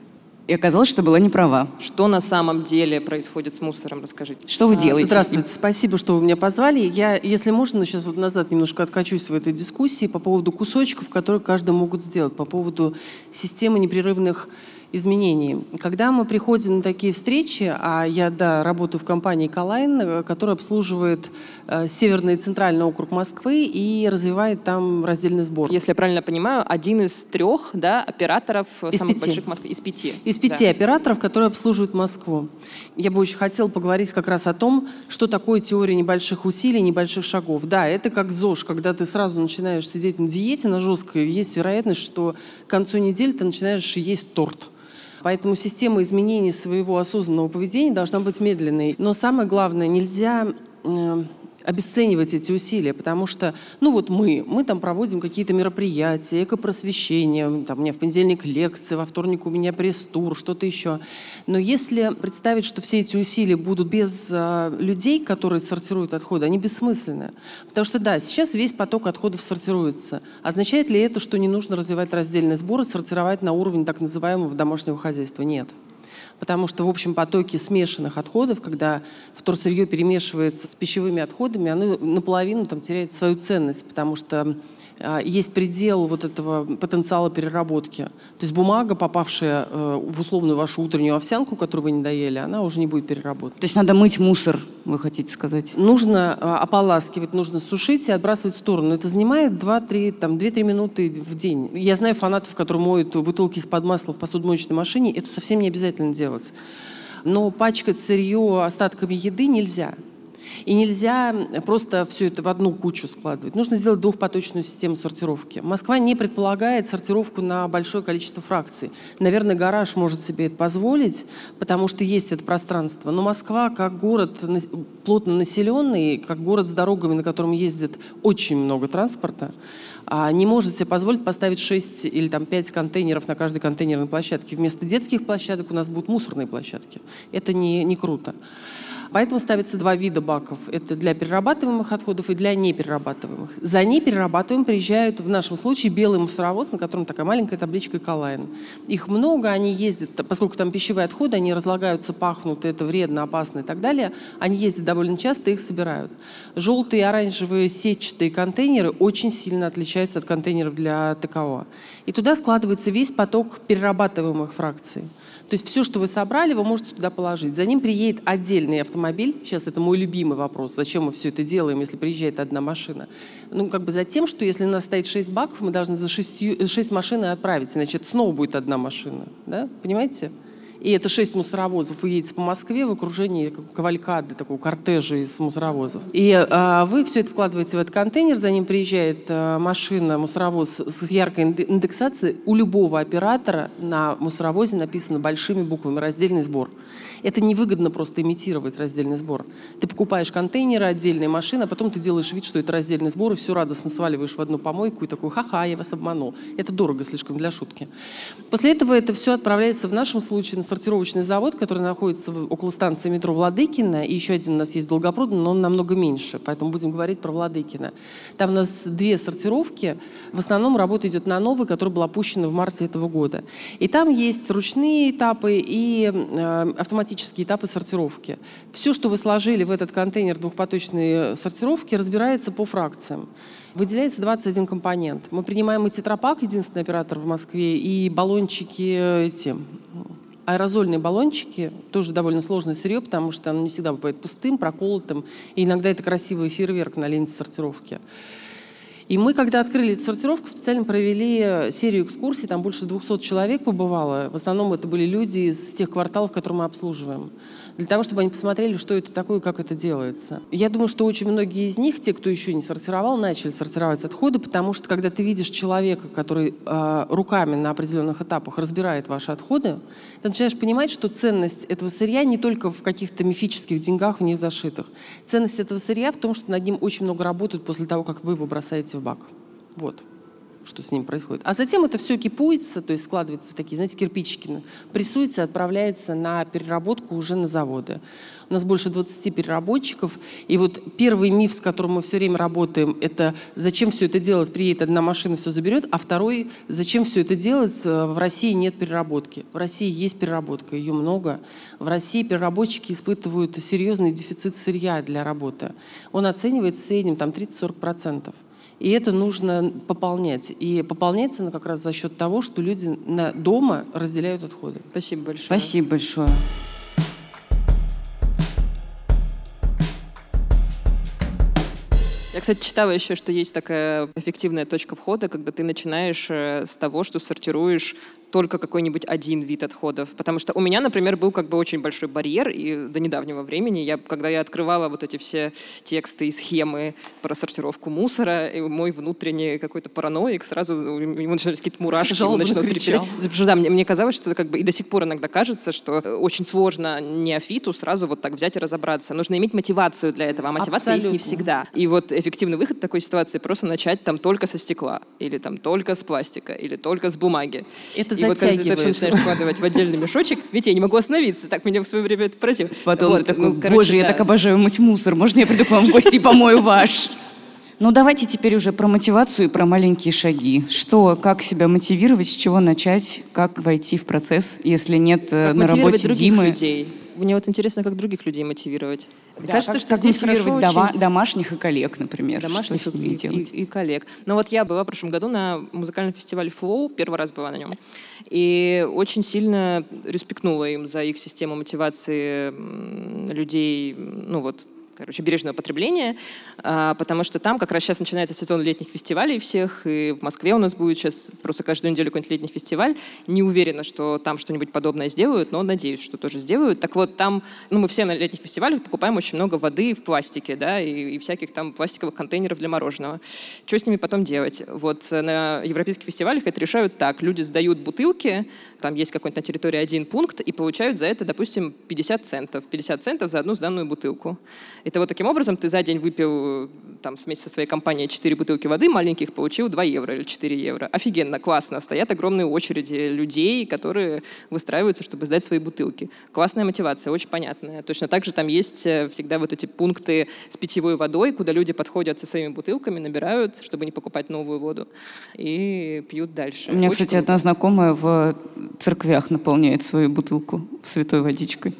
И оказалось, что была не права. Что на самом деле происходит с мусором, расскажите. Что вы делаете? Здравствуйте, спасибо, что вы меня позвали. Я, если можно, сейчас вот назад немножко откачусь в этой дискуссии по поводу кусочков, которые каждый могут сделать, по поводу системы непрерывных изменений. Когда мы приходим на такие встречи, а я, да, работаю в компании «Эколайн», которая обслуживает э, северный и центральный округ Москвы и развивает там раздельный сбор. Если я правильно понимаю, один из трех, да, операторов из самых пяти. больших в Москве. Из пяти. Из пяти Да. операторов, которые обслуживают Москву. Я бы очень хотела поговорить как раз о том, что такое теория небольших усилий, небольших шагов. Да, это как ЗОЖ, когда ты сразу начинаешь сидеть на диете, на жесткой, есть вероятность, что к концу недели ты начинаешь есть торт. Поэтому система изменений своего осознанного поведения должна быть медленной. Но самое главное, нельзя э, обесценивать эти усилия, потому что, ну вот мы, мы там проводим какие-то мероприятия, экопросвещение, там у меня в понедельник лекция, во вторник у меня пресс-тур, что-то еще. Но если представить, что все эти усилия будут без э, людей, которые сортируют отходы, они бессмысленны. Потому что да, сейчас весь поток отходов сортируется. Означает ли это, что не нужно развивать раздельный сбор и сортировать на уровне так называемого домашнего хозяйства? Нет. Потому что в общем потоке смешанных отходов, когда вторсырье перемешивается с пищевыми отходами, оно наполовину там теряет свою ценность, потому что э, есть предел вот этого потенциала переработки. То есть бумага, попавшая э, в условную вашу утреннюю овсянку, которую вы не доели, она уже не будет переработана. То есть надо мыть мусор, вы хотите сказать? Нужно э, ополаскивать, нужно сушить и отбрасывать в сторону. Это занимает два-три, там, две-три минуты в день. Я знаю фанатов, которые моют бутылки из-под масла в посудомоечной машине. Это совсем не обязательно делать. Но пачкать сырье остатками еды нельзя. И нельзя просто все это в одну кучу складывать. Нужно сделать двухпоточную систему сортировки. Москва не предполагает сортировку на большое количество фракций. Наверное, гараж может себе это позволить, потому что есть это пространство. Но Москва, как город плотно населенный, как город с дорогами, на котором ездит очень много транспорта, не может себе позволить поставить шесть или там, пять контейнеров на каждой контейнерной площадке. Вместо детских площадок у нас будут мусорные площадки. Это не, не круто. Поэтому ставится два вида баков. Это для перерабатываемых отходов и для неперерабатываемых. За неперерабатываемым приезжают, в нашем случае, белый мусоровоз, на котором такая маленькая табличка «Эколайн». Их много, они ездят, поскольку там пищевые отходы, они разлагаются, пахнут, это вредно, опасно и так далее. Они ездят довольно часто, их собирают. Желтые и оранжевые сетчатые контейнеры очень сильно отличаются от контейнеров для ТКО. И туда складывается весь поток перерабатываемых фракций. То есть все, что вы собрали, вы можете туда положить. За ним приедет отдельный автомобиль. Сейчас это мой любимый вопрос. Зачем мы все это делаем, если приезжает одна машина? Ну, как бы за тем, что если у нас стоит шесть баков, мы должны за шестью, шесть машин отправить. Значит, снова будет одна машина. Да? Понимаете? И это шесть мусоровозов. Вы едете по Москве в окружении кавалькады, такого кортежа из мусоровозов. И а, вы все это складываете в этот контейнер, за ним приезжает а, машина, мусоровоз с яркой индексацией. У любого оператора на мусоровозе написано большими буквами «раздельный сбор». Это невыгодно просто имитировать раздельный сбор. Ты покупаешь контейнеры, отдельные машины, а потом ты делаешь вид, что это раздельный сбор, и все радостно сваливаешь в одну помойку и такой: ха-ха, я вас обманул. Это дорого слишком для шутки. После этого это все отправляется в нашем случае на сортировочный завод, который находится около станции метро Владыкина, и еще один у нас есть в Долгопрудном, но он намного меньше, поэтому будем говорить про Владыкина. Там у нас две сортировки. В основном работа идет на новой, которая была опущена в марте этого года. И там есть ручные этапы и э, автоматические этапы сортировки. Все, что вы сложили в этот контейнер двухпоточной сортировки, разбирается по фракциям. Выделяется двадцать один компонент. Мы принимаем и тетрапак, единственный оператор в Москве, и баллончики, эти, аэрозольные баллончики, тоже довольно сложное сырье, потому что оно не всегда бывает пустым, проколотым, и иногда это красивый фейерверк на ленте сортировки. И мы, когда открыли эту сортировку, специально провели серию экскурсий, там больше двухсот человек побывало. В основном это были люди из тех кварталов, которые мы обслуживаем, для того, чтобы они посмотрели, что это такое, как это делается. Я думаю, что очень многие из них, те, кто еще не сортировал, начали сортировать отходы, потому что когда ты видишь человека, который э, руками на определенных этапах разбирает ваши отходы, ты начинаешь понимать, что ценность этого сырья не только в каких-то мифических деньгах в них зашитых. Ценность этого сырья в том, что над ним очень много работают после того, как вы его бросаете в бак. Вот что с ним происходит. А затем это все кипуется, то есть складывается в такие, знаете, кирпичики, прессуется и отправляется на переработку уже на заводы. У нас больше двадцати переработчиков. И вот первый миф, с которым мы все время работаем, это зачем все это делать, приедет одна машина, все заберет, а второй, зачем все это делать, в России нет переработки. В России есть переработка, ее много. В России переработчики испытывают серьезный дефицит сырья для работы. Он оценивается в среднем там тридцать-сорок процентов. И это нужно пополнять. И пополняется оно как раз за счет того, что люди на дома разделяют отходы. Спасибо большое. Спасибо большое. Я, кстати, читала еще, что есть такая эффективная точка входа, когда ты начинаешь с того, что сортируешь только какой-нибудь один вид отходов. Потому что у меня, например, был как бы очень большой барьер, и до недавнего времени, я, когда я открывала вот эти все тексты и схемы про сортировку мусора, и мой внутренний какой-то параноик, сразу ему начинались какие-то мурашки, ему начинало трепетать. Потому что да, мне, мне казалось, что как бы и до сих пор иногда кажется, что очень сложно неофиту сразу вот так взять и разобраться. Нужно иметь мотивацию для этого, а мотивация Абсолютно. есть не всегда. И вот эффективный выход такой ситуации просто начать там только со стекла, или там только с пластика, или только с бумаги. Это и вот когда ты это затягивает. начинаешь складывать в отдельный мешочек, ведь я не могу остановиться, так меня в свое время это поразило. Потом Вот, ты такой: ну, короче, боже, я да. так обожаю мыть мусор, можно я приду к вам в гости и помою ваш? Ну давайте теперь уже про мотивацию и про маленькие шаги. Что, как себя мотивировать, с чего начать, как войти в процесс, если нет э, Как на мотивировать работе других Димы? людей. Мне вот интересно, как других людей мотивировать. Мне Да, кажется, как, что как здесь мотивировать хорошо дома- очень... домашних и коллег, например, домашних что с ними и, делать? и- и коллег. Но вот я была в прошлом году на музыкальном фестивале Flow, первый раз была на нем, и очень сильно респектнула им за их систему мотивации м, людей, ну вот, короче, бережного потребления, а, потому что там как раз сейчас начинается сезон летних фестивалей всех, и в Москве у нас будет сейчас просто каждую неделю какой-нибудь летний фестиваль. Не уверена, что там что-нибудь подобное сделают, но надеюсь, что тоже сделают. Так вот, там, ну, мы все на летних фестивалях покупаем очень много воды в пластике, да, и, и всяких там пластиковых контейнеров для мороженого. Что с ними потом делать? Вот на европейских фестивалях это решают так. Люди сдают бутылки, там есть какой-то на территории один пункт, и получают за это, допустим, пятьдесят центов. пятьдесят центов за одну сданную бутылку. Это вот таким образом ты за день выпил там, вместе со своей компанией четыре бутылки воды маленьких, получил два евро или четыре евро. Офигенно, классно. Стоят огромные очереди людей, которые выстраиваются, чтобы сдать свои бутылки. Классная мотивация, очень понятная. Точно так же там есть всегда вот эти пункты с питьевой водой, куда люди подходят со своими бутылками, набирают, чтобы не покупать новую воду, и пьют дальше. У меня, Очень кстати, круто. одна знакомая в церквях наполняет свою бутылку святой водичкой.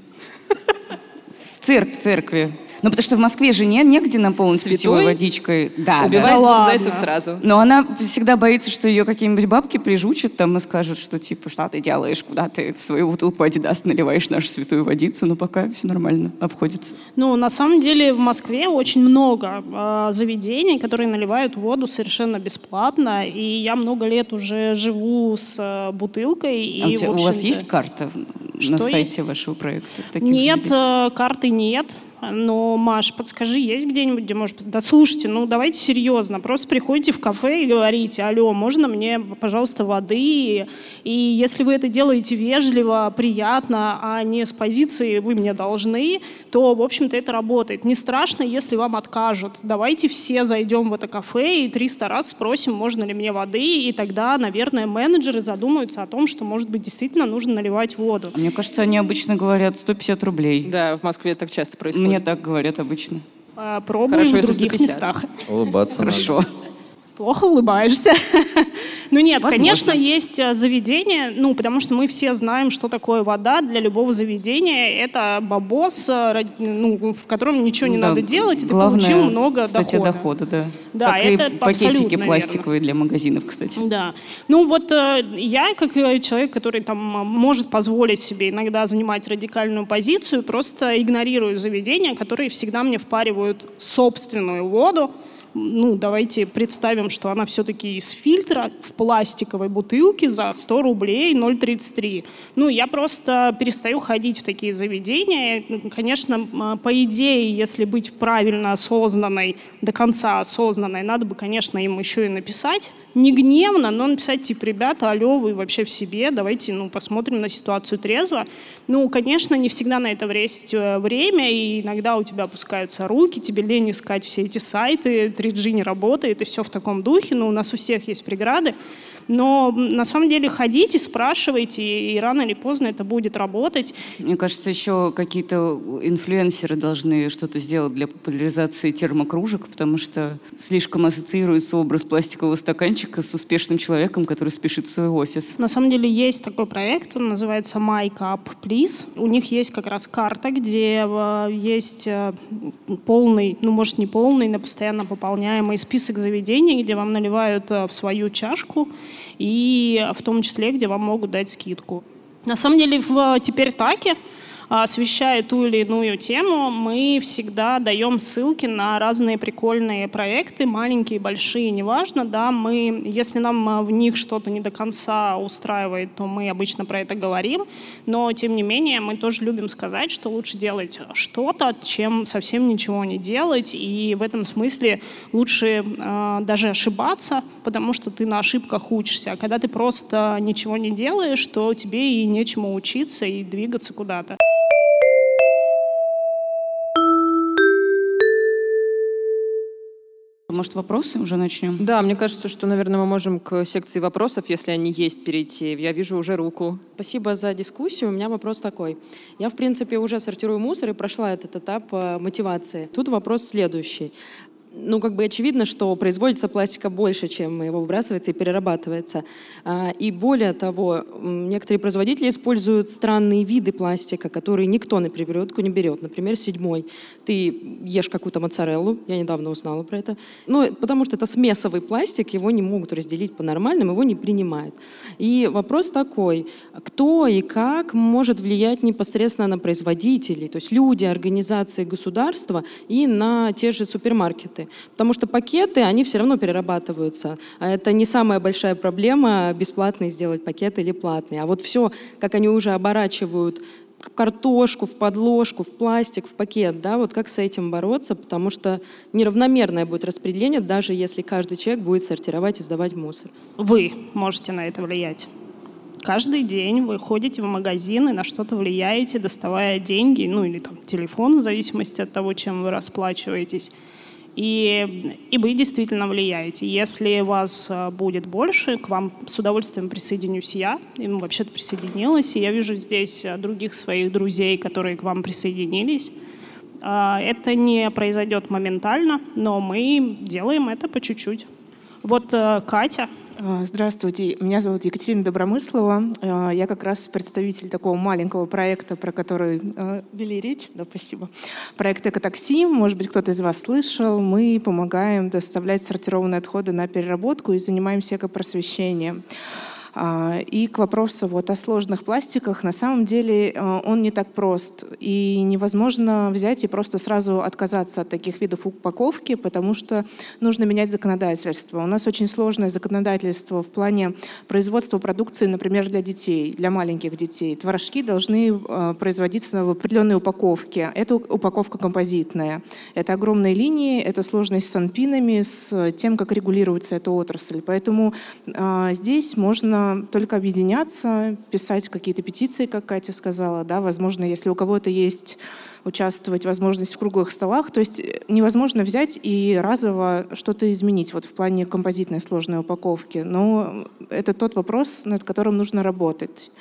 В церкви, в церкви. Ну, потому что в Москве же не, негде наполнить Святой? питьевой водичкой. Да, Убивает да. двух ладно. зайцев сразу. Но она всегда боится, что ее какие-нибудь бабки прижучат там и скажут, что типа, что ты делаешь, куда ты в свою бутылку Адидас наливаешь нашу святую водицу, но пока все нормально обходится. Ну, на самом деле в Москве очень много э, заведений, которые наливают воду совершенно бесплатно, и я много лет уже живу с э, бутылкой. И, А у, тебя- в у вас общем-то, есть карта на Что сайте есть? вашего проекта? таких Нет, заведений? э, карты нет. Но, Маш, подскажи, есть где-нибудь, где может... Да слушайте, ну давайте серьезно. Просто приходите в кафе и говорите: алло, можно мне, пожалуйста, воды? И если вы это делаете вежливо, приятно, а не с позиции «вы мне должны», то, в общем-то, это работает. Не страшно, если вам откажут. Давайте все зайдем в это кафе и триста раз спросим, можно ли мне воды, и тогда, наверное, менеджеры задумаются о том, что, может быть, действительно нужно наливать воду. А мне кажется, они обычно говорят сто пятьдесят рублей. Да, в Москве так часто происходит. Мне так говорят обычно. А, Пробуем Хорошо, в если других сто пятьдесят. местах. Улыбаться надо. Хорошо. Плохо улыбаешься. Ну нет, Возможно. конечно, есть э, заведения, ну, потому что мы все знаем, что такое вода для любого заведения. Это бабос, э, ради- ну, в котором ничего не Да, надо делать, и ты главное, получил много статья дохода. дохода, да. Да, как это и пакетики абсолютно пластиковые для магазинов, кстати. Да. Ну вот э, я, как э, человек, который там м, может позволить себе иногда занимать радикальную позицию, просто игнорирую заведения, которые всегда мне впаривают собственную воду. Ну, давайте представим, что она все-таки из фильтра в пластиковой бутылке за сто рублей ноль тридцать три. Ну, я просто перестаю ходить в такие заведения. Конечно, м, по идее, если быть правильно осознанной, до конца осознанной, надо бы, конечно, им еще и написать. Не гневно, но написать, типа, ребята, алло, вы вообще в себе, давайте, ну, посмотрим на ситуацию трезво. Ну, конечно, не всегда на это есть э, время, и иногда у тебя опускаются руки, тебе лень искать все эти сайты, три джи не работает, и все в таком духе, но у нас у всех есть преграды. Но на самом деле ходите, спрашивайте, и рано или поздно это будет работать. Мне кажется, еще какие-то инфлюенсеры должны что-то сделать для популяризации термокружек, потому что слишком ассоциируется образ пластикового стаканчика с успешным человеком, который спешит в свой офис. На самом деле есть такой проект, он называется My Cup Please. У них есть как раз карта, где э, есть э, полный, ну может не полный, но постоянно пополняемый список заведений, где вам наливают э, в свою чашку, и в том числе, где вам могут дать скидку. На самом деле в теперь таки, освещая ту или иную тему, мы всегда даем ссылки на разные прикольные проекты, маленькие, большие, неважно, да, мы, если нам в них что-то не до конца устраивает, то мы обычно про это говорим, но, тем не менее, мы тоже любим сказать, что лучше делать что-то, чем совсем ничего не делать, и в этом смысле лучше э, даже ошибаться, потому что ты на ошибках учишься, а когда ты просто ничего не делаешь, то тебе и нечему учиться, и двигаться куда-то. Может, вопросы уже начнем? Да, мне кажется, что, наверное, мы можем к секции вопросов, если они есть, перейти. Я вижу уже руку. Спасибо за дискуссию. У меня вопрос такой. Я, в принципе, уже сортирую мусор и прошла этот этап э, мотивации. Тут вопрос следующий. ну, как бы очевидно, что производится пластика больше, чем его выбрасывается и перерабатывается. А, И более того, м, некоторые производители используют странные виды пластика, которые никто на переработку не берет. Например, седьмой. Ты ешь какую-то моцареллу, я недавно узнала про это, ну, потому что это смесовый пластик, его не могут разделить по-нормальному, его не принимают. И вопрос такой, кто и как может влиять непосредственно на производителей, то есть люди, организации, государства и на те же супермаркеты. Потому что пакеты, они все равно перерабатываются. А это не самая большая проблема, бесплатно сделать пакет или платный. А вот все, как они уже оборачивают картошку в подложку, в пластик, в пакет, да, вот как с этим бороться, потому что неравномерное будет распределение, даже если каждый человек будет сортировать и сдавать мусор. Вы можете на это влиять. Каждый день вы ходите в магазин и на что-то влияете, доставая деньги, ну или там телефон, в зависимости от того, чем вы расплачиваетесь. И, и вы действительно влияете. Если вас а, будет больше, к вам с удовольствием присоединюсь я. И ну, вообще-то присоединилась. И я вижу здесь а, других своих друзей, которые к вам присоединились. А, это не произойдет моментально, но мы делаем это по чуть-чуть. Вот а, Катя. Здравствуйте, меня зовут Екатерина Добромыслова. Я как раз представитель такого маленького проекта, про который э, вели речь. Да, спасибо. Проект «Экотакси». Может быть, кто-то из вас слышал. Мы помогаем доставлять сортированные отходы на переработку и занимаемся экопросвещением. И к вопросу вот о сложных пластиках, на самом деле он не так прост. И невозможно взять и просто сразу отказаться от таких видов упаковки, потому что нужно менять законодательство. У нас очень сложное законодательство в плане производства продукции, например, для детей, для маленьких детей. Творожки должны производиться в определенной упаковке. Это упаковка композитная. Это огромные линии, это сложность с санпинами, с тем, как регулируется эта отрасль. Поэтому здесь можно только объединяться, писать какие-то петиции, как Катя сказала, да, возможно, если у кого-то есть участвовать возможность в круглых столах, то есть невозможно взять и разово что-то изменить вот в плане композитной сложной упаковки, но это тот вопрос, над которым нужно работать.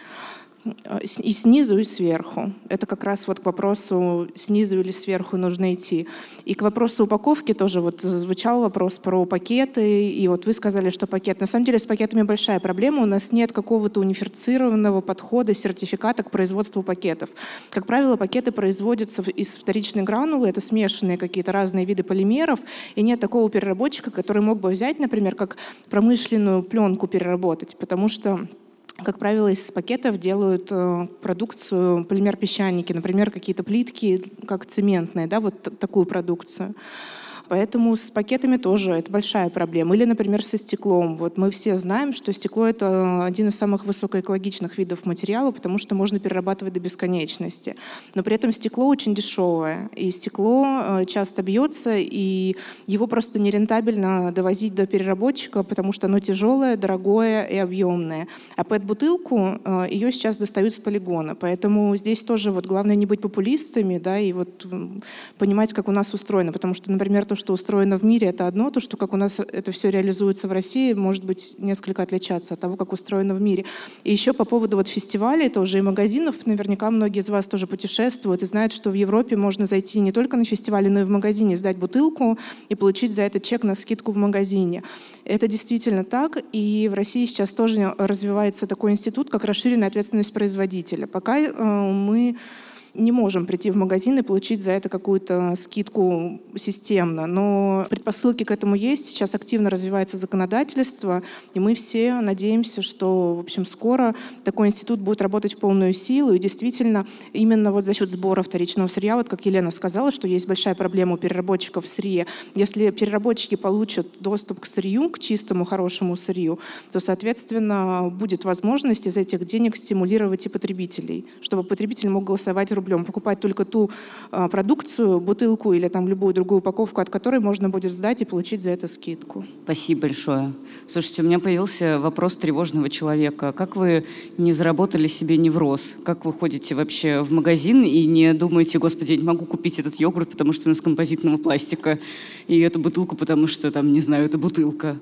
И снизу, и сверху. Это как раз вот к вопросу, снизу или сверху нужно идти. И к вопросу упаковки тоже вот звучал вопрос про пакеты, и вот вы сказали, что пакет. На самом деле с пакетами большая проблема. У нас нет какого-то унифицированного подхода, сертификата к производству пакетов. Как правило, пакеты производятся из вторичной гранулы, это смешанные какие-то разные виды полимеров, и нет такого переработчика, который мог бы взять, например, как промышленную пленку переработать, потому что как правило, из пакетов делают э, продукцию полимер-песчаники, например, какие-то плитки, как цементные, да, вот т- такую продукцию. Поэтому с пакетами тоже это большая проблема. Или, например, со стеклом. Вот мы все знаем, что стекло — это один из самых высокоэкологичных видов материала, потому что можно перерабатывать до бесконечности. Но при этом стекло очень дешевое. И стекло часто бьется, и его просто нерентабельно довозить до переработчика, потому что оно тяжелое, дорогое и объемное. А пэт-бутылку, ее сейчас достают с полигона. Поэтому здесь тоже вот главное не быть популистами, да, и вот понимать, как у нас устроено. Потому что, например, то, что устроено в мире, это одно, то, что как у нас это все реализуется в России, может быть несколько отличаться от того, как устроено в мире. И еще по поводу вот фестивалей, тоже и магазинов, наверняка многие из вас тоже путешествуют и знают, что в Европе можно зайти не только на фестивале, но и в магазине, сдать бутылку и получить за это чек на скидку в магазине. Это действительно так, и в России сейчас тоже развивается такой институт, как расширенная ответственность производителя. Пока э, мы не можем прийти в магазин и получить за это какую-то скидку системно. Но предпосылки к этому есть. Сейчас активно развивается законодательство, и мы все надеемся, что, в общем, скоро такой институт будет работать в полную силу. И действительно, именно вот за счет сбора вторичного сырья, вот как Елена сказала, что есть большая проблема у переработчиков в сырье. Если переработчики получат доступ к сырью, к чистому, хорошему сырью, то, соответственно, будет возможность из этих денег стимулировать и потребителей, чтобы потребитель мог голосовать рублем, покупать только ту а, продукцию, бутылку или там любую другую упаковку, от которой можно будет сдать и получить за это скидку. Спасибо большое. Слушайте, у меня появился вопрос тревожного человека. Как вы не заработали себе невроз? Как вы ходите вообще в магазин и не думаете: господи, я не могу купить этот йогурт, потому что он из композитного пластика, и эту бутылку, потому что, там, не знаю, это бутылка.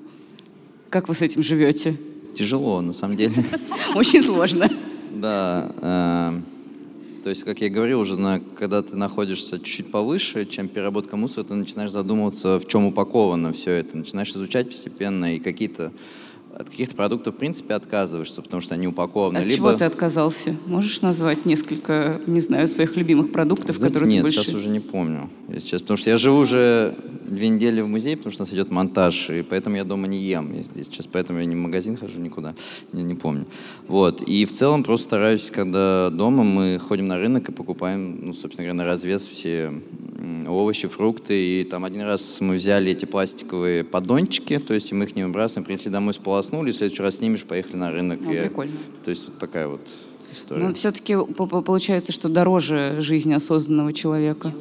Как вы с этим живете? Тяжело, на самом деле. Очень сложно. Да. То есть, как я и говорил, уже на, когда ты находишься чуть-чуть повыше, чем переработка мусора, ты начинаешь задумываться, в чем упаковано все это. Начинаешь изучать постепенно, и какие-то от каких-то продуктов, в принципе, отказываешься, потому что они упакованы. От Либо... чего ты отказался? Можешь назвать несколько, не знаю, своих любимых продуктов, Знаете, которые нет, ты больше... сейчас уже не помню, если честно. Потому что я живу уже две недели в музее, потому что у нас идет монтаж, и поэтому я дома не ем, если сейчас. Поэтому я не в магазин хожу никуда, не, не помню. Вот. И в целом просто стараюсь, когда дома мы ходим на рынок и покупаем, ну, собственно говоря, на развес все овощи, фрукты. И там один раз мы взяли эти пластиковые поддончики, то есть мы их не выбрасываем, принесли домой, сполоснули, в следующий раз снимешь, поехали на рынок. Ну, и, прикольно. То есть вот такая вот история. Но все-таки получается, что дороже жизни осознанного человека.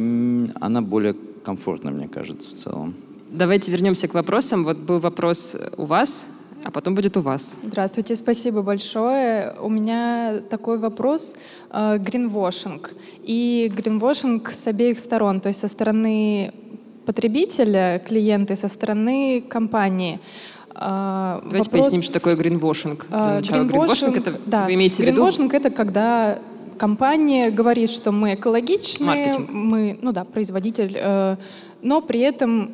Она более комфортна, мне кажется, в целом. Давайте вернемся к вопросам. Вот был вопрос у вас, а потом будет у вас. Здравствуйте, спасибо большое. У меня такой вопрос. Гринвошинг. И гринвошинг с обеих сторон, то есть со стороны потребителя, клиента, и со стороны компании. Давайте Вопрос... поясним, что такое гринвошинг. Для начала. Гринвошинг — это да, вы имеете в виду? Гринвошинг — это когда компания говорит, что мы экологичные, Маркетинг. мы, ну да, производитель, э, но при этом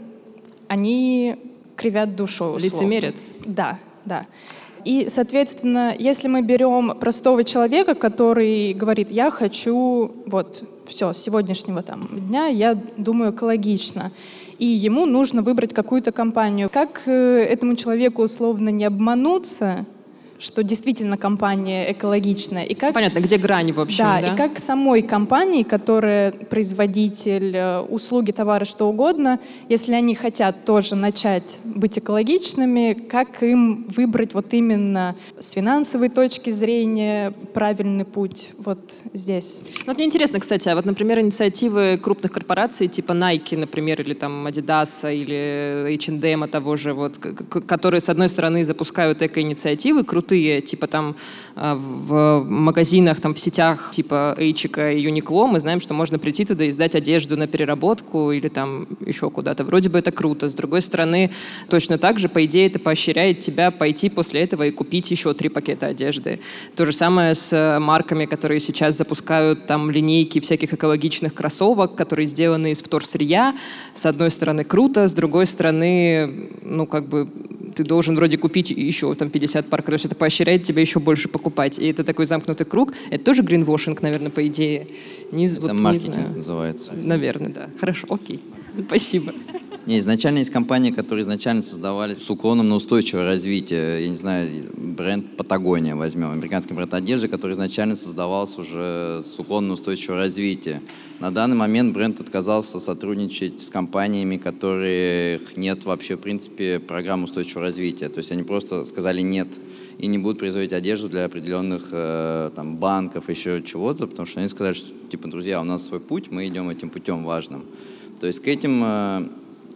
они кривят душу. условно. Лицемерят? Да, да. И, соответственно, если мы берем простого человека, который говорит, я хочу, вот, все, с сегодняшнего там дня я думаю экологично, и ему нужно выбрать какую-то компанию. Как э, этому человеку условно не обмануться, что действительно компания экологичная? И как... Понятно, где грань, в общем, да, да? и как самой компании, которая производитель э, услуги, товара, что угодно, если они хотят тоже начать быть экологичными, как им выбрать вот именно с финансовой точки зрения правильный путь вот здесь? Ну, вот мне интересно, кстати, а вот, например, инициативы крупных корпораций, типа Nike, например, или там Adidas, или эйч энд эм того же, вот, к- которые, с одной стороны, запускают эко-инициативы крутые, типа там э, в магазинах, там в сетях типа Эйчика и Юникло, мы знаем, что можно прийти туда и сдать одежду на переработку или там еще куда-то. Вроде бы это круто. С другой стороны, точно так же, по идее, это поощряет тебя пойти после этого и купить еще три пакета одежды. То же самое с марками, которые сейчас запускают там линейки всяких экологичных кроссовок, которые сделаны из вторсырья. С одной стороны, круто, с другой стороны, ну, как бы ты должен вроде купить еще там пятьдесят пар, то есть это поощряет тебя еще больше покупать. И это такой замкнутый круг. Это тоже гринвошинг, наверное, по идее. Не, Это вот, маркетинг не знаю. называется. Наверное, да. Хорошо, окей. Спасибо. Не, изначально есть компании, которые изначально создавались с уклоном на устойчивое развитие. Я не знаю, бренд Патагония возьмем, американский бренд одежды, который изначально создавался уже с уклоном на устойчивое развитие. На данный момент бренд отказался сотрудничать с компаниями, которых нет вообще, в принципе, программы устойчивого развития. То есть они просто сказали «нет» и не будут производить одежду для определенных э, там, банков, еще чего-то, потому что они сказали, что, типа, друзья, у нас свой путь, мы идем этим путем важным. То есть к этим э,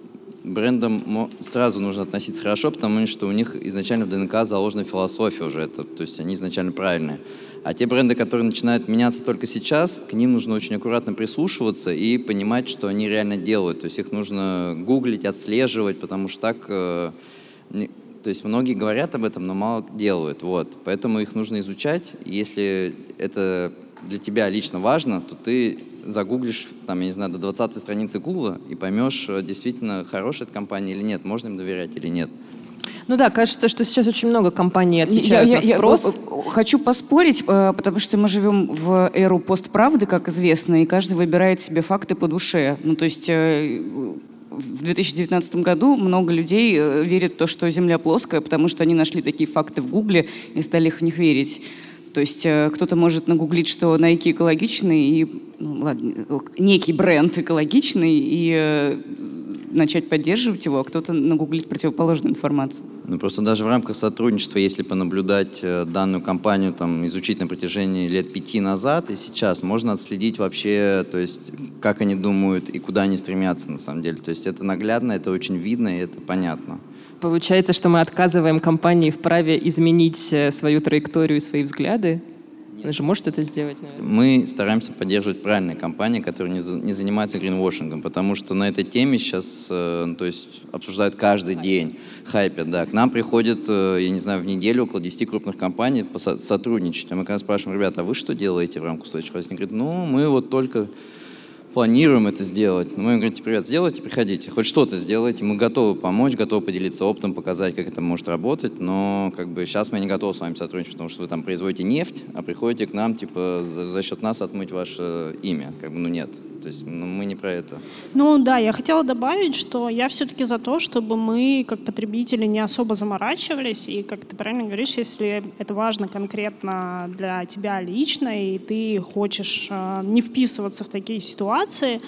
брендам сразу нужно относиться хорошо, потому что у них изначально в ДНК заложена философия уже, это, то есть они изначально правильные. А те бренды, которые начинают меняться только сейчас, к ним нужно очень аккуратно прислушиваться и понимать, что они реально делают. То есть их нужно гуглить, отслеживать, потому что так... Э, не, то есть многие говорят об этом, но мало делают. Вот. Поэтому их нужно изучать. И если это для тебя лично важно, то ты загуглишь, там, я не знаю, до двадцатой страницы Гугла и поймешь, действительно, хорошая эта компания или нет, можно им доверять или нет. Ну да, кажется, что сейчас очень много компаний отвечают я, на я, спрос. Я хочу поспорить, потому что мы живем в эру постправды, как известно, и каждый выбирает себе факты по душе. Ну, то есть в две тысячи девятнадцатом году много людей верят в то, что Земля плоская, потому что они нашли такие факты в Гугле и стали в них верить. То есть кто-то может нагуглить, что Nike экологичный, и, ну, ладно, некий бренд экологичный, и э, начать поддерживать его, а кто-то нагуглит противоположную информацию. Ну, просто даже в рамках сотрудничества, если понаблюдать э, данную компанию, там, изучить на протяжении лет пяти назад и сейчас, можно отследить вообще, то есть, как они думают и куда они стремятся на самом деле. То есть это наглядно, это очень видно и это понятно. Получается, что мы отказываем компании в праве изменить свою траекторию и свои взгляды? Он же может это сделать, наверное. Мы стараемся поддерживать правильные компании, которые не, за, не занимаются гринвошингом, потому что на этой теме сейчас, э, то есть, обсуждают каждый Хайп. день, хайпят, да. К нам приходит, э, я не знаю, в неделю около десяти крупных компаний посо- сотрудничать. А мы когда спрашиваем, ребята, а вы что делаете в рамках устойчивого развития? Они говорят, ну, мы вот только планируем это сделать. Мы им говорим, ребят, сделайте, приходите, хоть что-то сделайте. Мы готовы помочь, готовы поделиться опытом, показать, как это может работать, но как бы сейчас мы не готовы с вами сотрудничать, потому что вы там производите нефть, а приходите к нам, типа, за, за счет нас отмыть ваше имя. Как бы, ну нет. То есть ну, мы не про это. Ну да, я хотела добавить, что я все-таки за то, чтобы мы, как потребители, не особо заморачивались. И, как ты правильно говоришь, если это важно конкретно для тебя лично, и ты хочешь э, не вписываться в такие ситуации,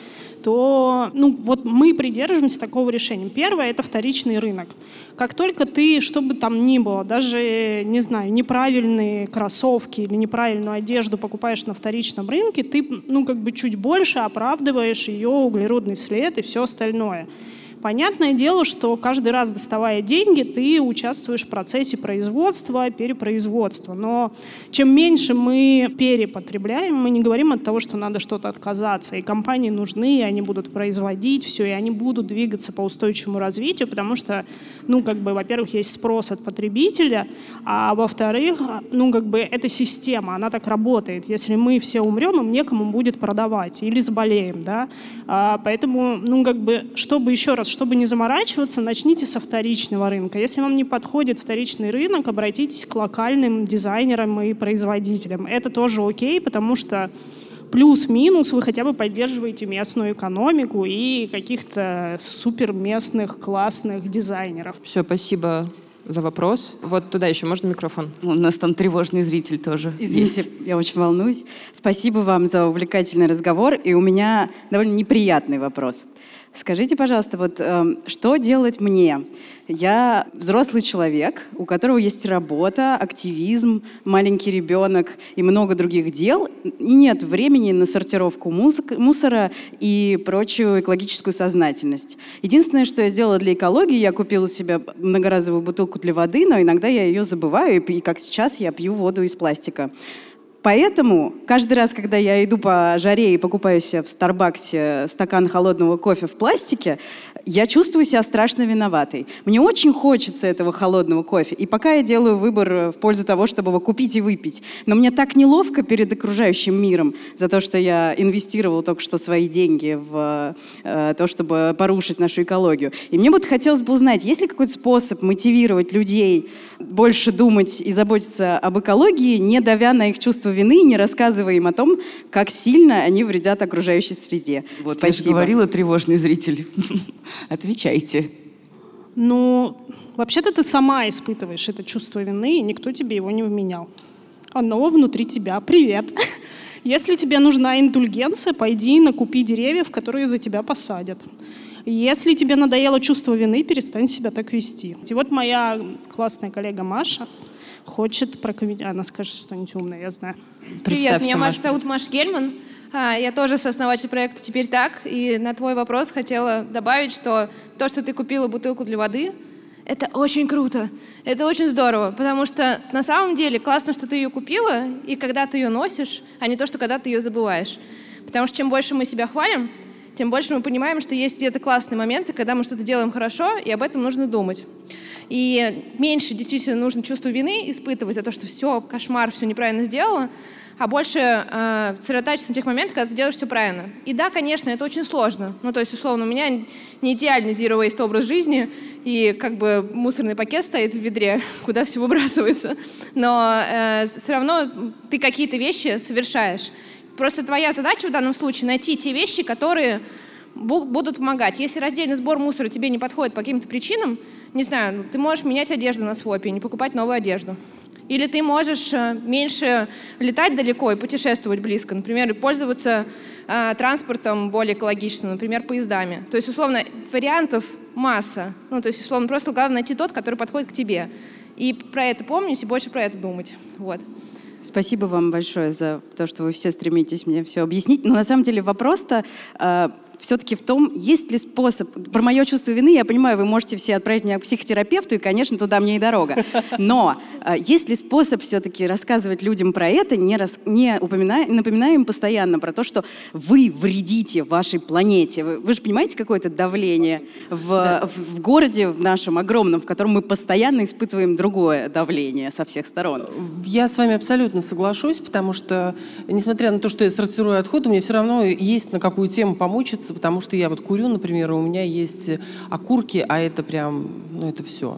то ну, вот мы придерживаемся такого решения. Первое — это вторичный рынок. Как только ты, что бы там ни было, даже, не знаю, неправильные кроссовки или неправильную одежду покупаешь на вторичном рынке, ты, ну, как бы чуть больше оправдываешь ее углеродный след и все остальное. Понятное дело, что каждый раз, доставая деньги, ты участвуешь в процессе производства, перепроизводства. Но чем меньше мы перепотребляем, мы не говорим от того, что надо что-то отказаться. И компании нужны, и они будут производить все, и они будут двигаться по устойчивому развитию, потому что, ну, как бы, во-первых, есть спрос от потребителя, а во-вторых, ну, как бы, эта система, она так работает. Если мы все умрем, им некому будет продавать или заболеем, да. А, поэтому, ну, как бы, чтобы еще раз чтобы не заморачиваться, начните со вторичного рынка. Если вам не подходит вторичный рынок, обратитесь к локальным дизайнерам и производителям. Это тоже окей, потому что плюс-минус вы хотя бы поддерживаете местную экономику и каких-то супер местных классных дизайнеров. Все, спасибо за вопрос. Вот туда еще можно микрофон? У нас там тревожный зритель тоже. Извините, есть. Я очень волнуюсь. Спасибо вам за увлекательный разговор. И у меня довольно неприятный вопрос. Скажите, пожалуйста, вот э, что делать мне? Я взрослый человек, у которого есть работа, активизм, маленький ребенок и много других дел, и нет времени на сортировку мусор, мусора и прочую экологическую сознательность. Единственное, что я сделала для экологии, я купила себе многоразовую бутылку для воды, но иногда я ее забываю, и, и как сейчас я пью воду из пластика. Поэтому каждый раз, когда я иду по жаре и покупаю себе в Старбаксе стакан холодного кофе в пластике, я чувствую себя страшно виноватой. Мне очень хочется этого холодного кофе, и пока я делаю выбор в пользу того, чтобы его купить и выпить. Но мне так неловко перед окружающим миром за то, что я инвестировала только что свои деньги в э, то, чтобы порушить нашу экологию. И мне вот хотелось бы узнать, есть ли какой-то способ мотивировать людей больше думать и заботиться об экологии, не давя на их чувство вины, не рассказывая им о том, как сильно они вредят окружающей среде. Вот Спасибо. я же говорила, тревожный зритель. Отвечайте. Ну, вообще-то ты сама испытываешь это чувство вины, и никто тебе его не вменял. Оно внутри тебя. Привет. Если тебе нужна индульгенция, пойди и накупи деревьев, которые за тебя посадят. Если тебе надоело чувство вины, перестань себя так вести. И вот моя классная коллега Маша хочет прокомментировать. Она скажет что-нибудь умное, я знаю. Привет, меня Маша зовут Маша Гельман. Я тоже сооснователь проекта «Теперь так». И на твой вопрос хотела добавить, что то, что ты купила бутылку для воды, это очень круто, это очень здорово, потому что на самом деле классно, что ты ее купила, и когда ты ее носишь, а не то, что когда ты ее забываешь. Потому что чем больше мы себя хвалим, тем больше мы понимаем, что есть где-то классные моменты, когда мы что-то делаем хорошо, и об этом нужно думать. И меньше действительно нужно чувство вины испытывать за то, что все, кошмар, все неправильно сделала, а больше э, сосредотачиваться на тех моментах, когда ты делаешь все правильно. И да, конечно, это очень сложно. Ну, то есть, условно, у меня не идеальный zero waste образ жизни, и как бы мусорный пакет стоит в ведре, куда все выбрасывается. Но э, все равно ты какие-то вещи совершаешь. Просто твоя задача в данном случае найти те вещи, которые будут помогать. Если раздельный сбор мусора тебе не подходит по каким-то причинам, не знаю, ты можешь менять одежду на свопе, не покупать новую одежду. Или ты можешь меньше летать далеко и путешествовать близко, например, и пользоваться э, транспортом более экологичным, например, поездами. То есть, условно, вариантов масса. Ну, то есть, условно, просто главное найти тот, который подходит к тебе. И про это помнить, и больше про это думать. Вот. Спасибо вам большое за то, что вы все стремитесь мне все объяснить. Но на самом деле вопрос-то э, все-таки в том, есть ли способ... Про мое чувство вины, я понимаю, вы можете все отправить меня к психотерапевту, и, конечно, туда мне и дорога. Но э, есть ли способ все-таки рассказывать людям про это, не, рас... не упоминая, напоминая им постоянно про то, что вы вредите вашей планете? Вы, вы же понимаете, какое-то давление в, да. в, в городе, в нашем огромном, в котором мы постоянно испытываем другое давление со всех сторон? Я с вами абсолютно соглашусь, потому что, несмотря на то, что я сортирую отходы, у меня все равно есть на какую тему помучиться, потому что я вот курю, например, у меня есть окурки, а это прям, ну это все.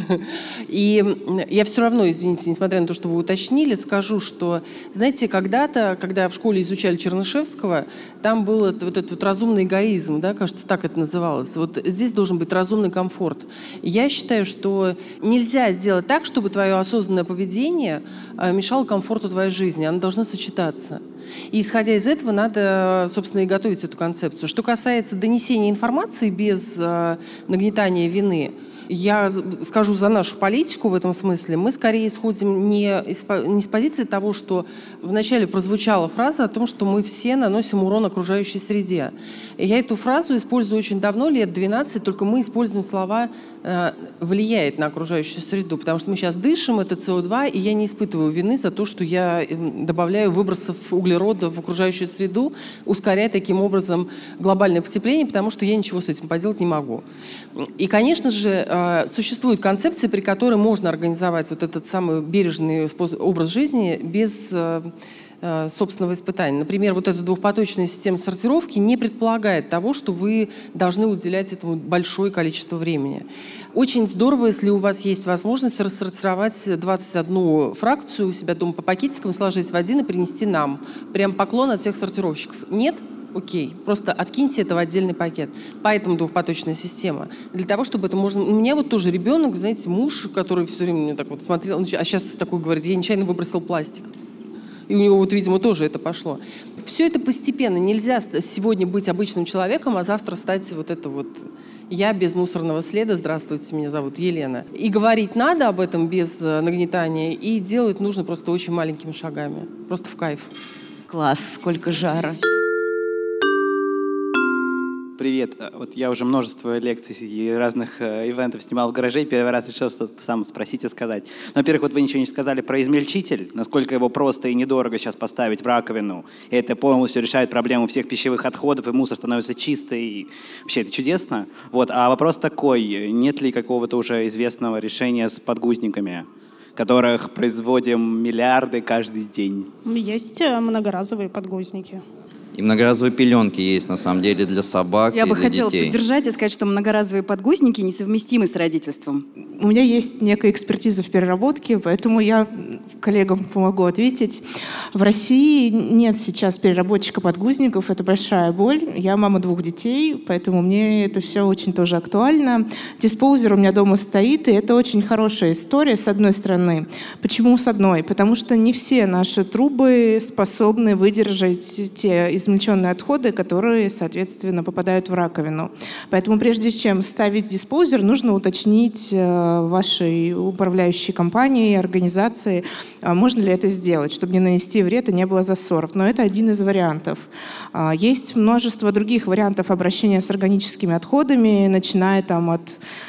И я все равно, извините, несмотря на то, что вы уточнили, скажу, что, знаете, когда-то, когда в школе изучали Чернышевского, там был вот этот вот разумный эгоизм, да, кажется, так это называлось. Вот здесь должен быть разумный комфорт. Я считаю, что нельзя сделать так, чтобы твое осознанное поведение мешало комфорту твоей жизни. Оно должно сочетаться. И исходя из этого надо, собственно, и готовить эту концепцию. Что касается донесения информации без э, нагнетания вины, я скажу за нашу политику в этом смысле. Мы скорее исходим не из, не с позиции того, что вначале прозвучала фраза о том, что мы все наносим урон окружающей среде. И я эту фразу использую очень давно, лет двенадцать, только мы используем слова э, «влияет на окружающую среду», потому что мы сейчас дышим, это С О два, и я не испытываю вины за то, что я добавляю выбросов углерода в окружающую среду, ускоряя таким образом глобальное потепление, потому что я ничего с этим поделать не могу. И, конечно же, существует концепция, при которой можно организовать вот этот самый бережный способ, образ жизни без собственного испытания. Например, вот эта двухпоточная система сортировки не предполагает того, что вы должны уделять этому большое количество времени. Очень здорово, если у вас есть возможность рассортировать двадцать одну фракцию у себя дома по пакетикам, сложить в один и принести нам. Прям поклон от всех сортировщиков. Нет? Окей, просто откиньте это в отдельный пакет. Поэтому двухпоточная система. Для того, чтобы это можно... У меня вот тоже ребенок, знаете, муж, который все время мне так вот смотрел, а сейчас такой говорит, я нечаянно выбросил пластик. И у него вот, видимо, тоже это пошло. Все это постепенно. Нельзя сегодня быть обычным человеком, а завтра стать вот это вот... Я без мусорного следа, здравствуйте, меня зовут Елена. И говорить надо об этом без нагнетания, и делать нужно просто очень маленькими шагами. Просто в кайф. Класс, сколько жара. Привет. Вот я уже множество лекций и разных э, ивентов снимал в гараже, и первый раз решил что-то сам спросить и сказать. Ну, во-первых, вот вы ничего не сказали про измельчитель, насколько его просто и недорого сейчас поставить в раковину. И это полностью решает проблему всех пищевых отходов, и мусор становится чистый. И вообще это чудесно. Вот. А вопрос такой, нет ли какого-то уже известного решения с подгузниками, которых производим миллиарды каждый день? Есть многоразовые подгузники. И многоразовые пеленки есть, на самом деле, для собак Я и бы для хотела детей. поддержать и сказать, что многоразовые подгузники несовместимы с родительством. У меня есть некая экспертиза в переработке, поэтому я коллегам помогу ответить. В России нет сейчас переработчика подгузников, это большая боль. Я мама двух детей, поэтому мне это все очень тоже актуально. Диспоузер у меня дома стоит, и это очень хорошая история, с одной стороны. Почему с одной? Потому что не все наши трубы способны выдержать те измельченные отходы, которые, соответственно, попадают в раковину. Поэтому прежде чем ставить диспоузер, нужно уточнить э, вашей управляющей компании, организации, э, можно ли это сделать, чтобы не нанести вред и не было засоров. Но это один из вариантов. Э, есть множество других вариантов обращения с органическими отходами, начиная там от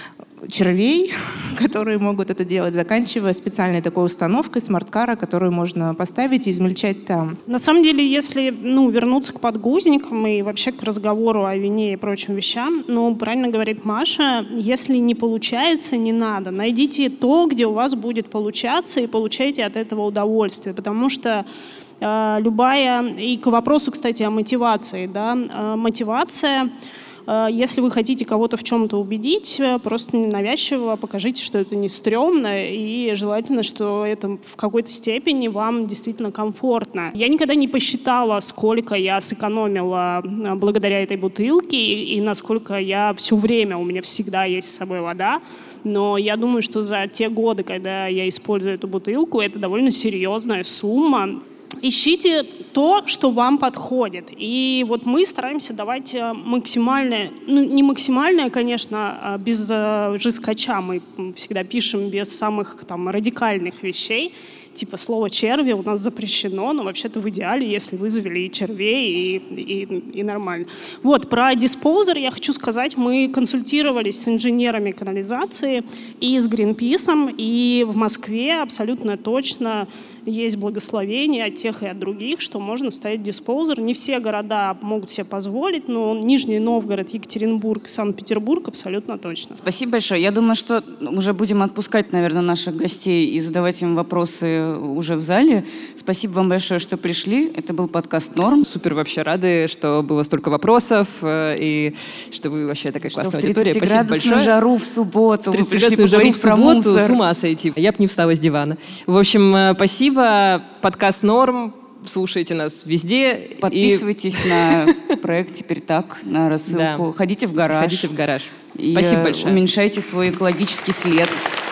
червей, которые могут это делать, заканчивая специальной такой установкой смарт-кара, которую можно поставить и измельчать там. На самом деле, если ну, вернуться к подгузникам и вообще к разговору о вине и прочим вещам, ну, правильно говорит Маша, если не получается, не надо. Найдите то, где у вас будет получаться, и получайте от этого удовольствие, потому что э, любая... И к вопросу, кстати, о мотивации, да, э, мотивация... Если вы хотите кого-то в чем-то убедить, просто ненавязчиво покажите, что это не стрёмно, и желательно, что это в какой-то степени вам действительно комфортно. Я никогда не посчитала, сколько я сэкономила благодаря этой бутылке, и насколько я все время, у меня всегда есть с собой вода, но я думаю, что за те годы, когда я использую эту бутылку, это довольно серьезная сумма. Ищите то, что вам подходит. И вот мы стараемся давать максимальное, ну не максимальное, конечно, без жесткача, мы всегда пишем без самых там радикальных вещей, типа слово «черви» у нас запрещено, но вообще-то в идеале, если вы завели червей, и, и, и нормально. Вот, про диспоузер я хочу сказать, мы консультировались с инженерами канализации и с Гринписом, и в Москве абсолютно точно есть благословение от тех и от других, что можно ставить диспоузер. Не все города могут себе позволить, но Нижний Новгород, Екатеринбург, Санкт-Петербург абсолютно точно. Спасибо большое. Я думаю, что уже будем отпускать, наверное, наших гостей и задавать им вопросы уже в зале. Спасибо вам большое, что пришли. Это был подкаст «Норм». Супер, вообще рады, что было столько вопросов, и что вы вообще такая что классная аудитория. Спасибо большое. В тридцатиградусную жару в субботу вы пришли жару поговорить в про субботу, мусор. с ума сойти. Я бы не встала с дивана. В общем, спасибо. Подкаст «Норм». Слушайте нас везде. Подписывайтесь и... на проект «Теперь так», на рассылку. Да. Ходите в гараж. Ходите в гараж. И Спасибо большое. Уменьшайте свой экологический след.